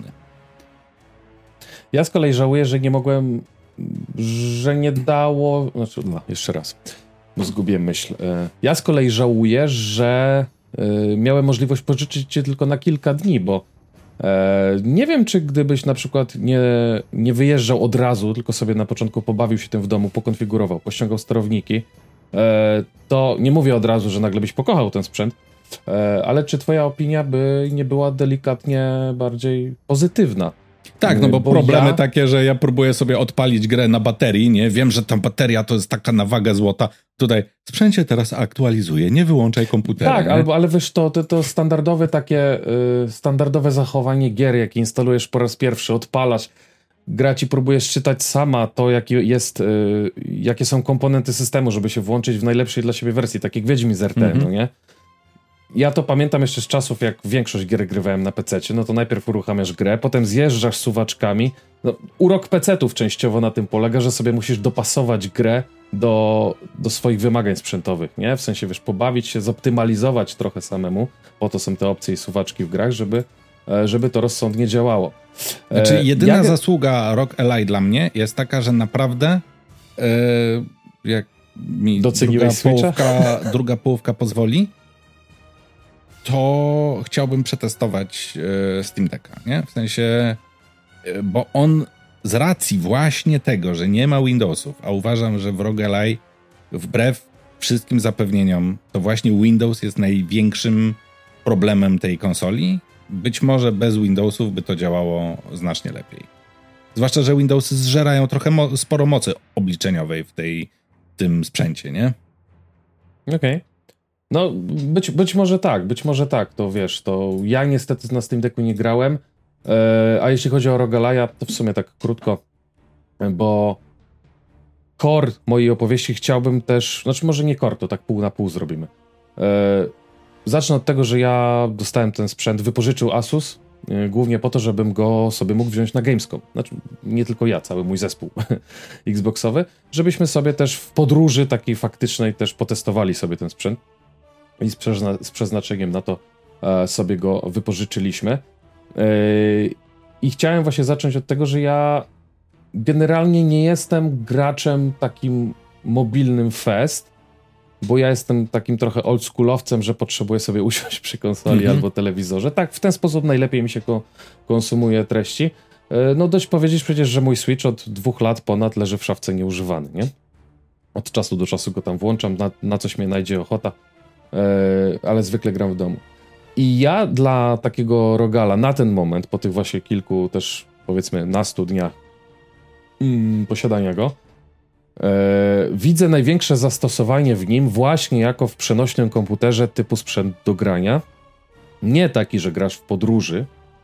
Ja z kolei żałuję, że nie mogłem, że nie dało... Znaczy, jeszcze raz, bo zgubię myśl. Ja z kolei żałuję, że miałem możliwość pożyczyć cię tylko na kilka dni, bo nie wiem, czy gdybyś na przykład nie wyjeżdżał od razu, tylko sobie na początku pobawił się tym w domu, pokonfigurował, pościągał sterowniki, to nie mówię od razu, że nagle byś pokochał ten sprzęt, ale czy twoja opinia by nie była delikatnie bardziej pozytywna? Tak, no bo problemy takie, że ja próbuję sobie odpalić grę na baterii, nie? Wiem, że ta bateria to jest taka na wagę złota. Tutaj sprzęcie teraz aktualizuje, nie wyłączaj komputera. Tak, ale wiesz, to standardowe takie, standardowe zachowanie gier, jak instalujesz po raz pierwszy, odpalasz, gra ci próbujesz czytać sama to, jakie są komponenty systemu, żeby się włączyć w najlepszej dla siebie wersji, tak jak Wiedźmin z RT, no nie? Ja to pamiętam jeszcze z czasów, jak większość gier grywałem na PC-cie, no to najpierw uruchamiasz grę, potem zjeżdżasz suwaczkami. No, urok PC-ów częściowo na tym polega, że sobie musisz dopasować grę do swoich wymagań sprzętowych, nie? W sensie, wiesz, pobawić się, zoptymalizować trochę samemu, po to są te opcje i suwaczki w grach, żeby to rozsądnie działało. Znaczy, jedyna zasługa Rock Ally dla mnie jest taka, że naprawdę jak mi druga połówka pozwoli, to chciałbym przetestować Steam Decka, nie? W sensie, bo on z racji właśnie tego, że nie ma Windowsów, a uważam, że w Rogue Ally wbrew wszystkim zapewnieniom, to właśnie Windows jest największym problemem tej konsoli. Być może bez Windowsów by to działało znacznie lepiej. Zwłaszcza, że Windowsy zżerają trochę sporo mocy obliczeniowej w tym sprzęcie, nie? Okej. No, być może tak, to wiesz, to ja niestety na Steam Decku nie grałem, a jeśli chodzi o Rogue Ally'a, to w sumie tak krótko, bo core mojej opowieści chciałbym też, znaczy może nie core, to tak pół na pół zrobimy. Zacznę od tego, że ja dostałem ten sprzęt, wypożyczył Asus, głównie po to, żebym go sobie mógł wziąć na Gamescom. Znaczy, nie tylko ja, cały mój zespół Xboxowy, żebyśmy sobie też w podróży takiej faktycznej też potestowali sobie ten sprzęt. I z przeznaczeniem na to sobie go wypożyczyliśmy. I chciałem właśnie zacząć od tego, że ja generalnie nie jestem graczem takim mobilnym fest, bo ja jestem takim trochę oldschoolowcem, że potrzebuję sobie usiąść przy konsoli albo telewizorze. Tak, w ten sposób najlepiej mi się konsumuje treści. No dość powiedzieć przecież, że mój Switch od 2 lat ponad leży w szafce nieużywany, nie? Od czasu do czasu go tam włączam, na coś mnie najdzie ochota. Ale zwykle gram w domu. I ja dla takiego Rogala na ten moment, po tych właśnie kilku też powiedzmy nastu dniach posiadania go, widzę największe zastosowanie w nim właśnie jako w przenośnym komputerze typu sprzęt do grania. Nie taki, że grasz w podróży,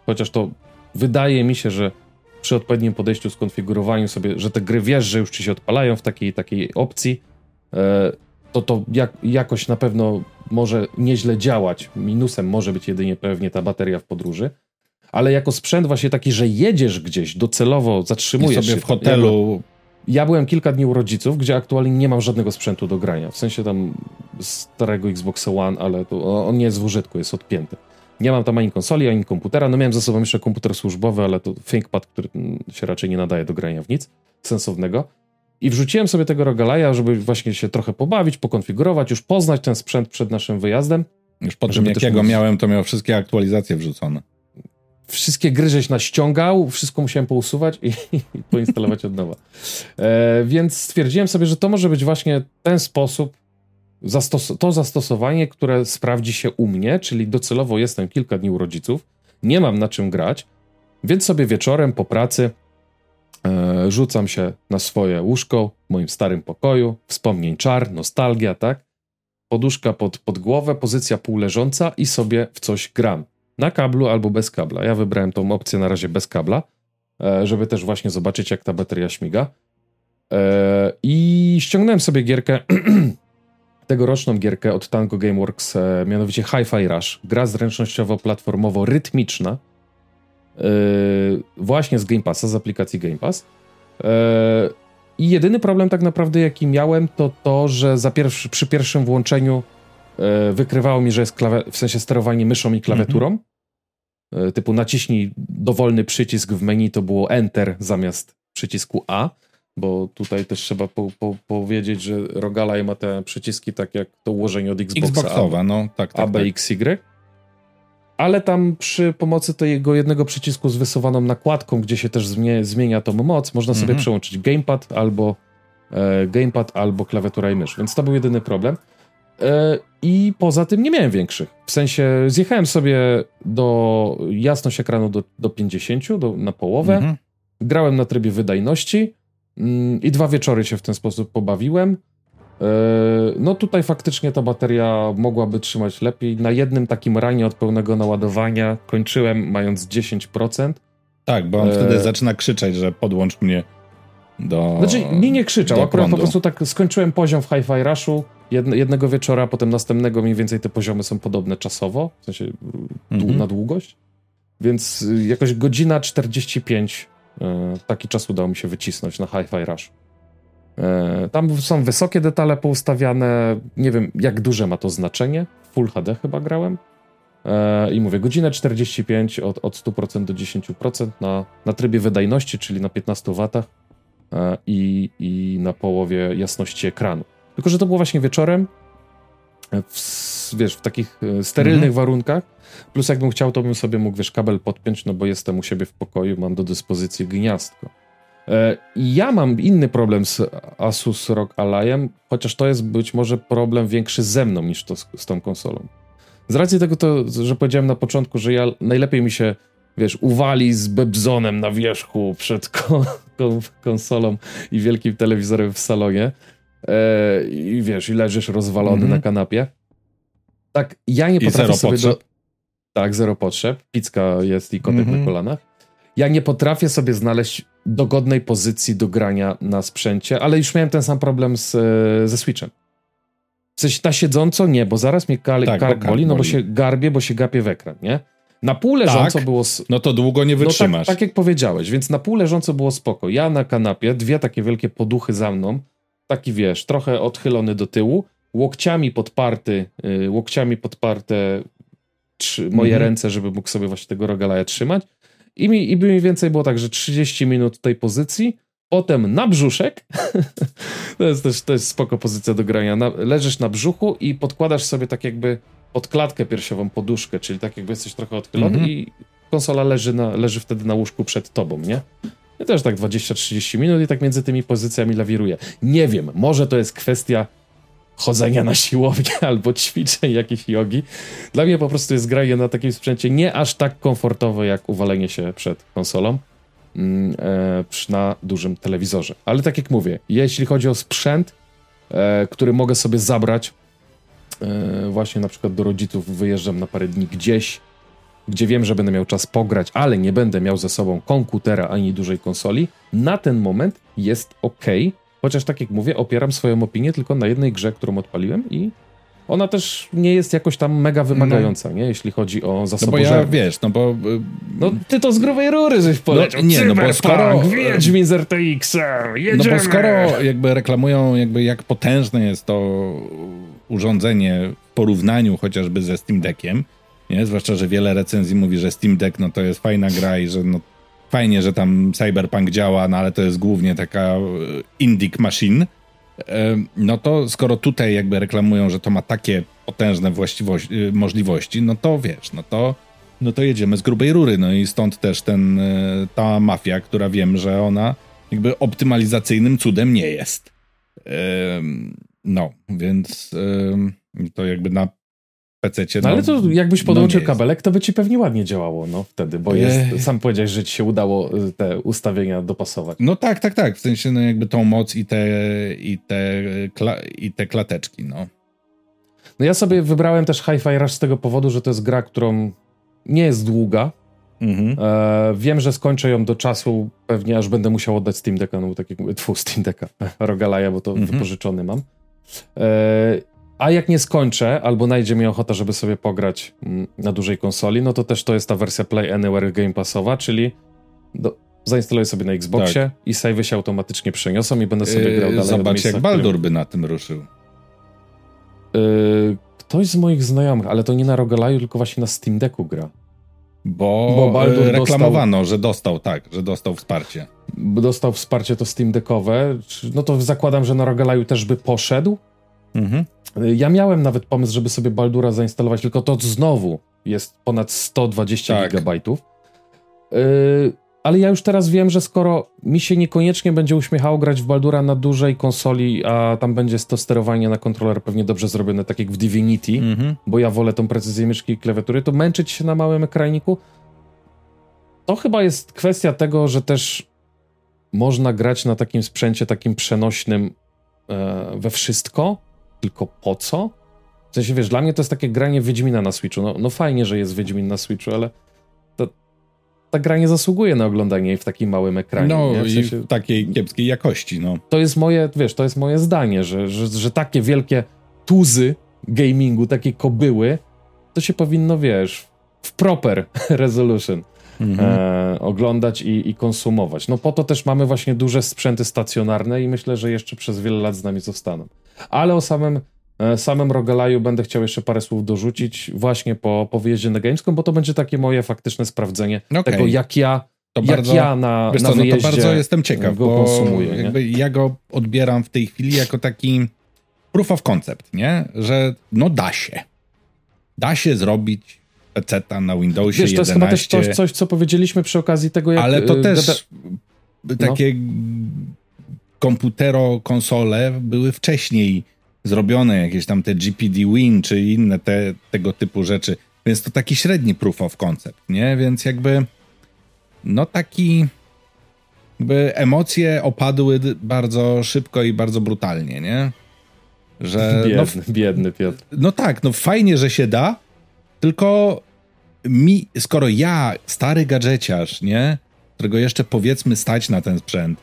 chociaż to wydaje mi się, że przy odpowiednim podejściu, skonfigurowaniu sobie, że te gry wiesz, że już ci się odpalają w takiej opcji, to jakoś na pewno może nieźle działać. Minusem może być jedynie pewnie ta bateria w podróży, ale jako sprzęt właśnie taki, że jedziesz gdzieś, docelowo zatrzymujesz sobie w hotelu. Ja byłem kilka dni u rodziców, gdzie aktualnie nie mam żadnego sprzętu do grania. W sensie tam starego Xboxa One, ale to on nie jest w użytku, jest odpięty. Nie mam tam ani konsoli, ani komputera. No miałem ze sobą jeszcze komputer służbowy, ale to ThinkPad, który się raczej nie nadaje do grania w nic sensownego. I wrzuciłem sobie tego Rogalaja, żeby właśnie się trochę pobawić, pokonfigurować, już poznać ten sprzęt przed naszym wyjazdem. Już po tym, jakiego miałem, to miał wszystkie aktualizacje wrzucone. Wszystkie gry żeś naściągał, wszystko musiałem pousuwać i poinstalować od nowa. Więc stwierdziłem sobie, że to może być właśnie ten sposób, to zastosowanie, które sprawdzi się u mnie, czyli docelowo jestem kilka dni u rodziców, nie mam na czym grać, więc sobie wieczorem po pracy rzucam się na swoje łóżko w moim starym pokoju, wspomnień czar, nostalgia, tak? Poduszka pod głowę, pozycja półleżąca i sobie w coś gram. Na kablu albo bez kabla. Ja wybrałem tą opcję na razie bez kabla, żeby też właśnie zobaczyć, jak ta bateria śmiga. I ściągnąłem sobie gierkę, tegoroczną gierkę od Tango Gameworks, mianowicie Hi-Fi Rush. Gra zręcznościowo-platformowo-rytmiczna. Właśnie z Game Passa, z aplikacji Game Pass. I jedyny problem tak naprawdę, jaki miałem, to że przy pierwszym włączeniu wykrywało mi, że jest w sensie sterowanie myszą i klawiaturą. Typu naciśnij dowolny przycisk w menu, to było Enter zamiast przycisku A, bo tutaj też trzeba powiedzieć, że Rogalaj ma te przyciski tak jak to ułożenie od Xboxowe, no tak. A, B, X, Y. Ale tam przy pomocy tego jednego przycisku z wysuwaną nakładką, gdzie się też zmienia tą moc, można sobie przełączyć gamepad albo klawiatura i mysz, więc to był jedyny problem. I poza tym nie miałem większych. W sensie zjechałem sobie do jasność ekranu do 50, na połowę. Grałem na trybie wydajności i 2 wieczory się w ten sposób pobawiłem. No tutaj faktycznie ta bateria mogłaby trzymać lepiej. Na jednym takim ranie od pełnego naładowania kończyłem mając 10%. Tak, bo on wtedy zaczyna krzyczeć, że podłącz mnie do... Znaczy nie krzyczał, akurat po prostu tak skończyłem poziom w Hi-Fi Rushu jednego wieczora, potem następnego mniej więcej te poziomy są podobne czasowo, w sensie na długość, więc jakoś godzina 45 taki czas udało mi się wycisnąć na Hi-Fi Rush. Tam są wysokie detale poustawiane, nie wiem jak duże ma to znaczenie, Full HD chyba grałem i mówię, godzinę 45 od 100% do 10% na trybie wydajności, czyli na 15 W i na połowie jasności ekranu. Tylko że to było właśnie wieczorem, w takich sterylnych warunkach, plus jakbym chciał, to bym sobie mógł, kabel podpiąć, no bo jestem u siebie w pokoju, mam do dyspozycji gniazdko. Ja mam inny problem z Asus ROG Allyem, chociaż to jest być może problem większy ze mną niż to z tą konsolą. Z racji tego, że powiedziałem na początku, że ja najlepiej mi się, uwali z bebzonem na wierzchu przed konsolą i wielkim telewizorem w salonie i i leżysz rozwalony na kanapie. Tak, ja nie potrafię sobie... Tak, zero potrzeb. Picka jest i kotek na kolanach. Ja nie potrafię sobie znaleźć dogodnej pozycji do grania na sprzęcie, ale już miałem ten sam problem ze Switchem. W sensie na siedząco nie, bo zaraz mnie kark boli, no bo się garbię, bo się gapię w ekran, nie? Na pół leżąco było... No to długo nie wytrzymasz. No tak jak powiedziałeś, więc na pół leżąco było spoko. Ja na kanapie, 2 takie wielkie poduchy za mną, taki trochę odchylony do tyłu, łokciami podparte moje ręce, żeby mógł sobie właśnie tego Rogalaja trzymać. I mniej więcej było tak, że 30 minut tej pozycji, potem na brzuszek, to jest spoko pozycja do grania, leżysz na brzuchu i podkładasz sobie tak jakby pod klatkę piersiową poduszkę, czyli tak jakby jesteś trochę odchylony i konsola leży wtedy na łóżku przed tobą, nie? Ja też tak 20-30 minut i tak między tymi pozycjami lawiruję. Nie wiem, może to jest kwestia chodzenia na siłownię albo ćwiczeń jakiejś jogi. Dla mnie po prostu jest granie na takim sprzęcie nie aż tak komfortowe jak uwalenie się przed konsolą na dużym telewizorze. Ale tak jak mówię, jeśli chodzi o sprzęt, który mogę sobie zabrać właśnie na przykład do rodziców, wyjeżdżam na parę dni gdzieś gdzie wiem, że będę miał czas pograć, ale nie będę miał ze sobą komputera ani dużej konsoli, na ten moment jest okej. Chociaż tak jak mówię, opieram swoją opinię tylko na jednej grze, którą odpaliłem i ona też nie jest jakoś tam mega wymagająca, nie? Jeśli chodzi o zasobożerność. No ty to z grubej rury żeś poleciał. Bo skoro... Wiedźmin z RTX-em, jedziemy! No bo skoro jakby reklamują jakby jak potężne jest to urządzenie w porównaniu chociażby ze Steam Deckiem, nie? Zwłaszcza, że wiele recenzji mówi, że Steam Deck no to jest fajna gra i że no fajnie, że tam Cyberpunk działa, no ale to jest głównie taka indie machine. No to skoro tutaj jakby reklamują, że to ma takie potężne możliwości, no to wiesz, no to jedziemy z grubej rury, no i stąd też ta mafia, która wiem, że ona jakby optymalizacyjnym cudem nie jest. No, więc to jakby na PC-cie... No ale to jakbyś podłączył kabelek, to by ci pewnie ładnie działało, no wtedy, bo sam powiedziałeś, że ci się udało te ustawienia dopasować. No tak, w sensie no jakby tą moc i te klateczki, no. No ja sobie wybrałem też Hi-Fi Rush z tego powodu, że to jest gra, którą nie jest długa. Wiem, że skończę ją do czasu, pewnie aż będę musiał oddać Steam Decka, no tak jak mówię, Steam Decka, Rogalaja, bo to wypożyczony mam. A jak nie skończę, albo najdzie mi ochota, żeby sobie pograć na dużej konsoli, no to też to jest ta wersja Play Anywhere Game Passowa, czyli zainstaluję sobie na Xboxie i save'y się automatycznie przeniosą i będę sobie grał dalej. Zobacz, jak Baldur by na tym ruszył. Ktoś z moich znajomych, ale to nie na Rogalaju, tylko właśnie na Steam Decku gra. Bo Baldur reklamowano, że dostał wsparcie. Dostał wsparcie to Steam Deckowe, no to zakładam, że na Rogalaju też by poszedł. Ja miałem nawet pomysł, żeby sobie Baldura zainstalować, tylko to znowu jest ponad 120 gigabajtów. Ale ja już teraz wiem, że skoro mi się niekoniecznie będzie uśmiechało grać w Baldura na dużej konsoli, a tam będzie to sterowanie na kontroler pewnie dobrze zrobione, tak jak w Divinity, bo ja wolę tą precyzję myszki i klawiatury, to męczyć się na małym ekraniku, to chyba jest kwestia tego, że też można grać na takim sprzęcie, takim przenośnym we wszystko, tylko po co? W sensie, wiesz, dla mnie to jest takie granie Wiedźmina na Switchu. No fajnie, że jest Wiedźmin na Switchu, ale ta gra nie zasługuje na oglądanie jej w takim małym ekranie. No nie? W sensie, i w takiej kiepskiej jakości, no. To jest moje zdanie, że takie wielkie tuzy gamingu, takie kobyły, to się powinno, w proper resolution oglądać i konsumować. No po to też mamy właśnie duże sprzęty stacjonarne i myślę, że jeszcze przez wiele lat z nami zostaną. Ale o samym Rogalaju będę chciał jeszcze parę słów dorzucić właśnie po wyjeździe na Gamescom, bo to będzie takie moje faktyczne sprawdzenie tego, jak ja na wyjeździe to bardzo jestem ciekaw, go konsumuję. Jakby ja go odbieram w tej chwili jako taki proof of concept, nie? Że no da się zrobić PC-ta na Windowsie 11. To jest chyba też coś, co powiedzieliśmy przy okazji tego, jak... Ale to też takie komputero-konsole były wcześniej zrobione, jakieś tam te GPD Win, czy inne tego typu rzeczy. Więc to taki średni proof of concept, nie? Więc jakby emocje opadły bardzo szybko i bardzo brutalnie, nie? Że biedny Piotr. No tak, fajnie, że się da, tylko skoro ja, stary gadżeciarz, nie? Którego jeszcze powiedzmy stać na ten sprzęt,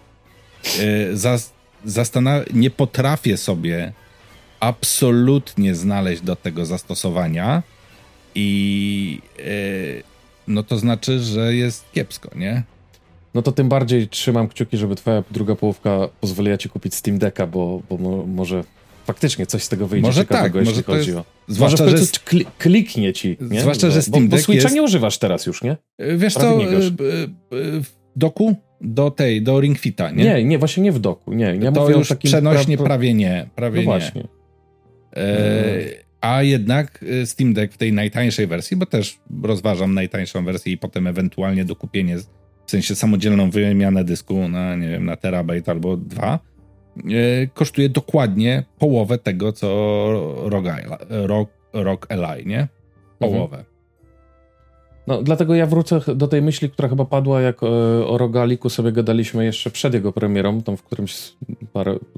nie potrafię sobie absolutnie znaleźć do tego zastosowania i no to znaczy, że jest kiepsko, nie? No to tym bardziej trzymam kciuki, żeby twoja druga połówka pozwoliła ci kupić Steam Decka, bo może faktycznie coś z tego wyjdzie może ciekawego, jeśli chodzi o... Zwłaszcza, może że kliknie ci, nie? Zwłaszcza, że Steam Deck bo Switcha nie używasz teraz już, nie? Wiesz co, w doku? Do Ring Fita, nie? Nie, właśnie nie w doku, nie. Ja to mówię już o takim przenośnie prawie nie. No właśnie. A jednak Steam Deck w tej najtańszej wersji, bo też rozważam najtańszą wersję i potem ewentualnie dokupienie, w sensie samodzielną wymianę dysku na, nie wiem, na terabajt albo 2, kosztuje dokładnie połowę tego, co ROG Ally, nie? Połowę. No, dlatego ja wrócę do tej myśli, która chyba padła, jak o Rogaliku sobie gadaliśmy jeszcze przed jego premierą, tam w którymś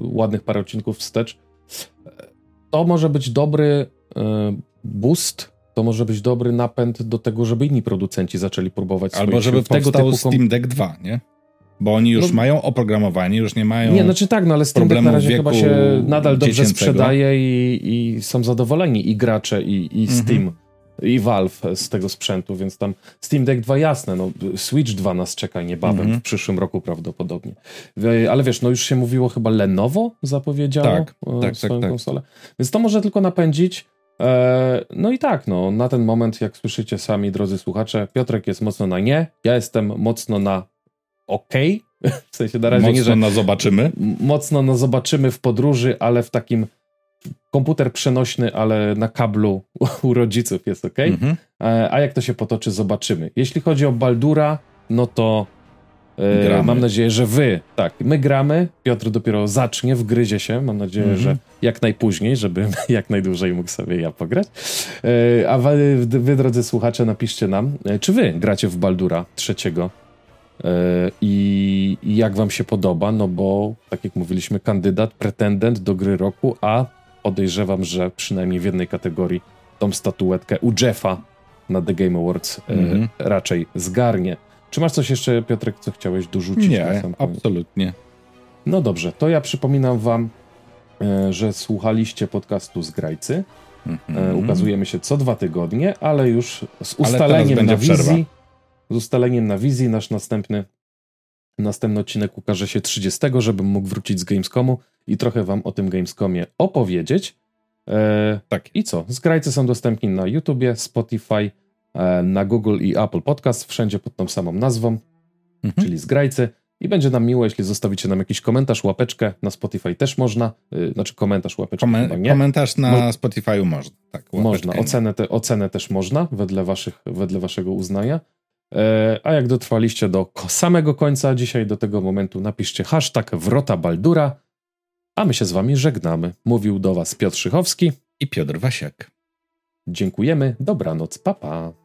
parę odcinków wstecz. To może być dobry boost to może być dobry napęd do tego, żeby inni producenci zaczęli próbować swoich albo żeby tego powstał typu Steam Deck 2, nie? Bo oni już mają oprogramowanie, już nie mają Nie, znaczy tak, no ale Steam Deck na razie chyba się nadal dobrze dziecięcego sprzedaje i są zadowoleni i gracze, i Steam, i Valve z tego sprzętu, więc tam Steam Deck 2 jasne, no Switch 2 nas czeka niebawem, w przyszłym roku prawdopodobnie. Ale wiesz, no już się mówiło, chyba Lenovo zapowiedziało swoją konsolę, więc to może tylko napędzić. No i tak, no na ten moment, jak słyszycie sami, drodzy słuchacze, Piotrek jest mocno na nie, ja jestem mocno na okej. W sensie na razie mocno na zobaczymy. Mocno na zobaczymy w podróży, ale w takim komputer przenośny, ale na kablu u rodziców jest okej. A jak to się potoczy, zobaczymy. Jeśli chodzi o Baldura, no to mam nadzieję, że my gramy, Piotr dopiero zacznie, wgryzie się, mam nadzieję, że jak najpóźniej, żeby jak najdłużej mógł sobie ja pograć. A wy, drodzy słuchacze, napiszcie nam, czy wy gracie w Baldura 3 i jak wam się podoba, no bo tak jak mówiliśmy, pretendent do gry roku, a podejrzewam, że przynajmniej w jednej kategorii tą statuetkę u Jeffa na The Game Awards raczej zgarnie. Czy masz coś jeszcze, Piotrek, co chciałeś dorzucić? Nie, absolutnie. No dobrze, to ja przypominam wam, że słuchaliście podcastu Zgrajcy. Ukazujemy się co 2 tygodnie, ale już z ustaleniem na wizji. Z ustaleniem na wizji nasz następny odcinek ukaże się 30, żebym mógł wrócić z Gamescomu i trochę wam o tym Gamescomie opowiedzieć. Tak. I co? Zgrajcy są dostępni na YouTubie, Spotify, na Google i Apple Podcast, wszędzie pod tą samą nazwą, czyli Zgrajcy. I będzie nam miło, jeśli zostawicie nam jakiś komentarz, łapeczkę. Na Spotify też można. Znaczy komentarz, łapeczkę chyba nie. Komentarz na Spotify'u można. Tak, można. Ocenę też można, wedle waszego uznania. A jak dotrwaliście do samego końca, dzisiaj do tego momentu, napiszcie #WrotaBaldura, a my się z wami żegnamy. Mówił do was Piotr Szychowski i Piotr Wasiak. Dziękujemy, dobranoc, pa pa.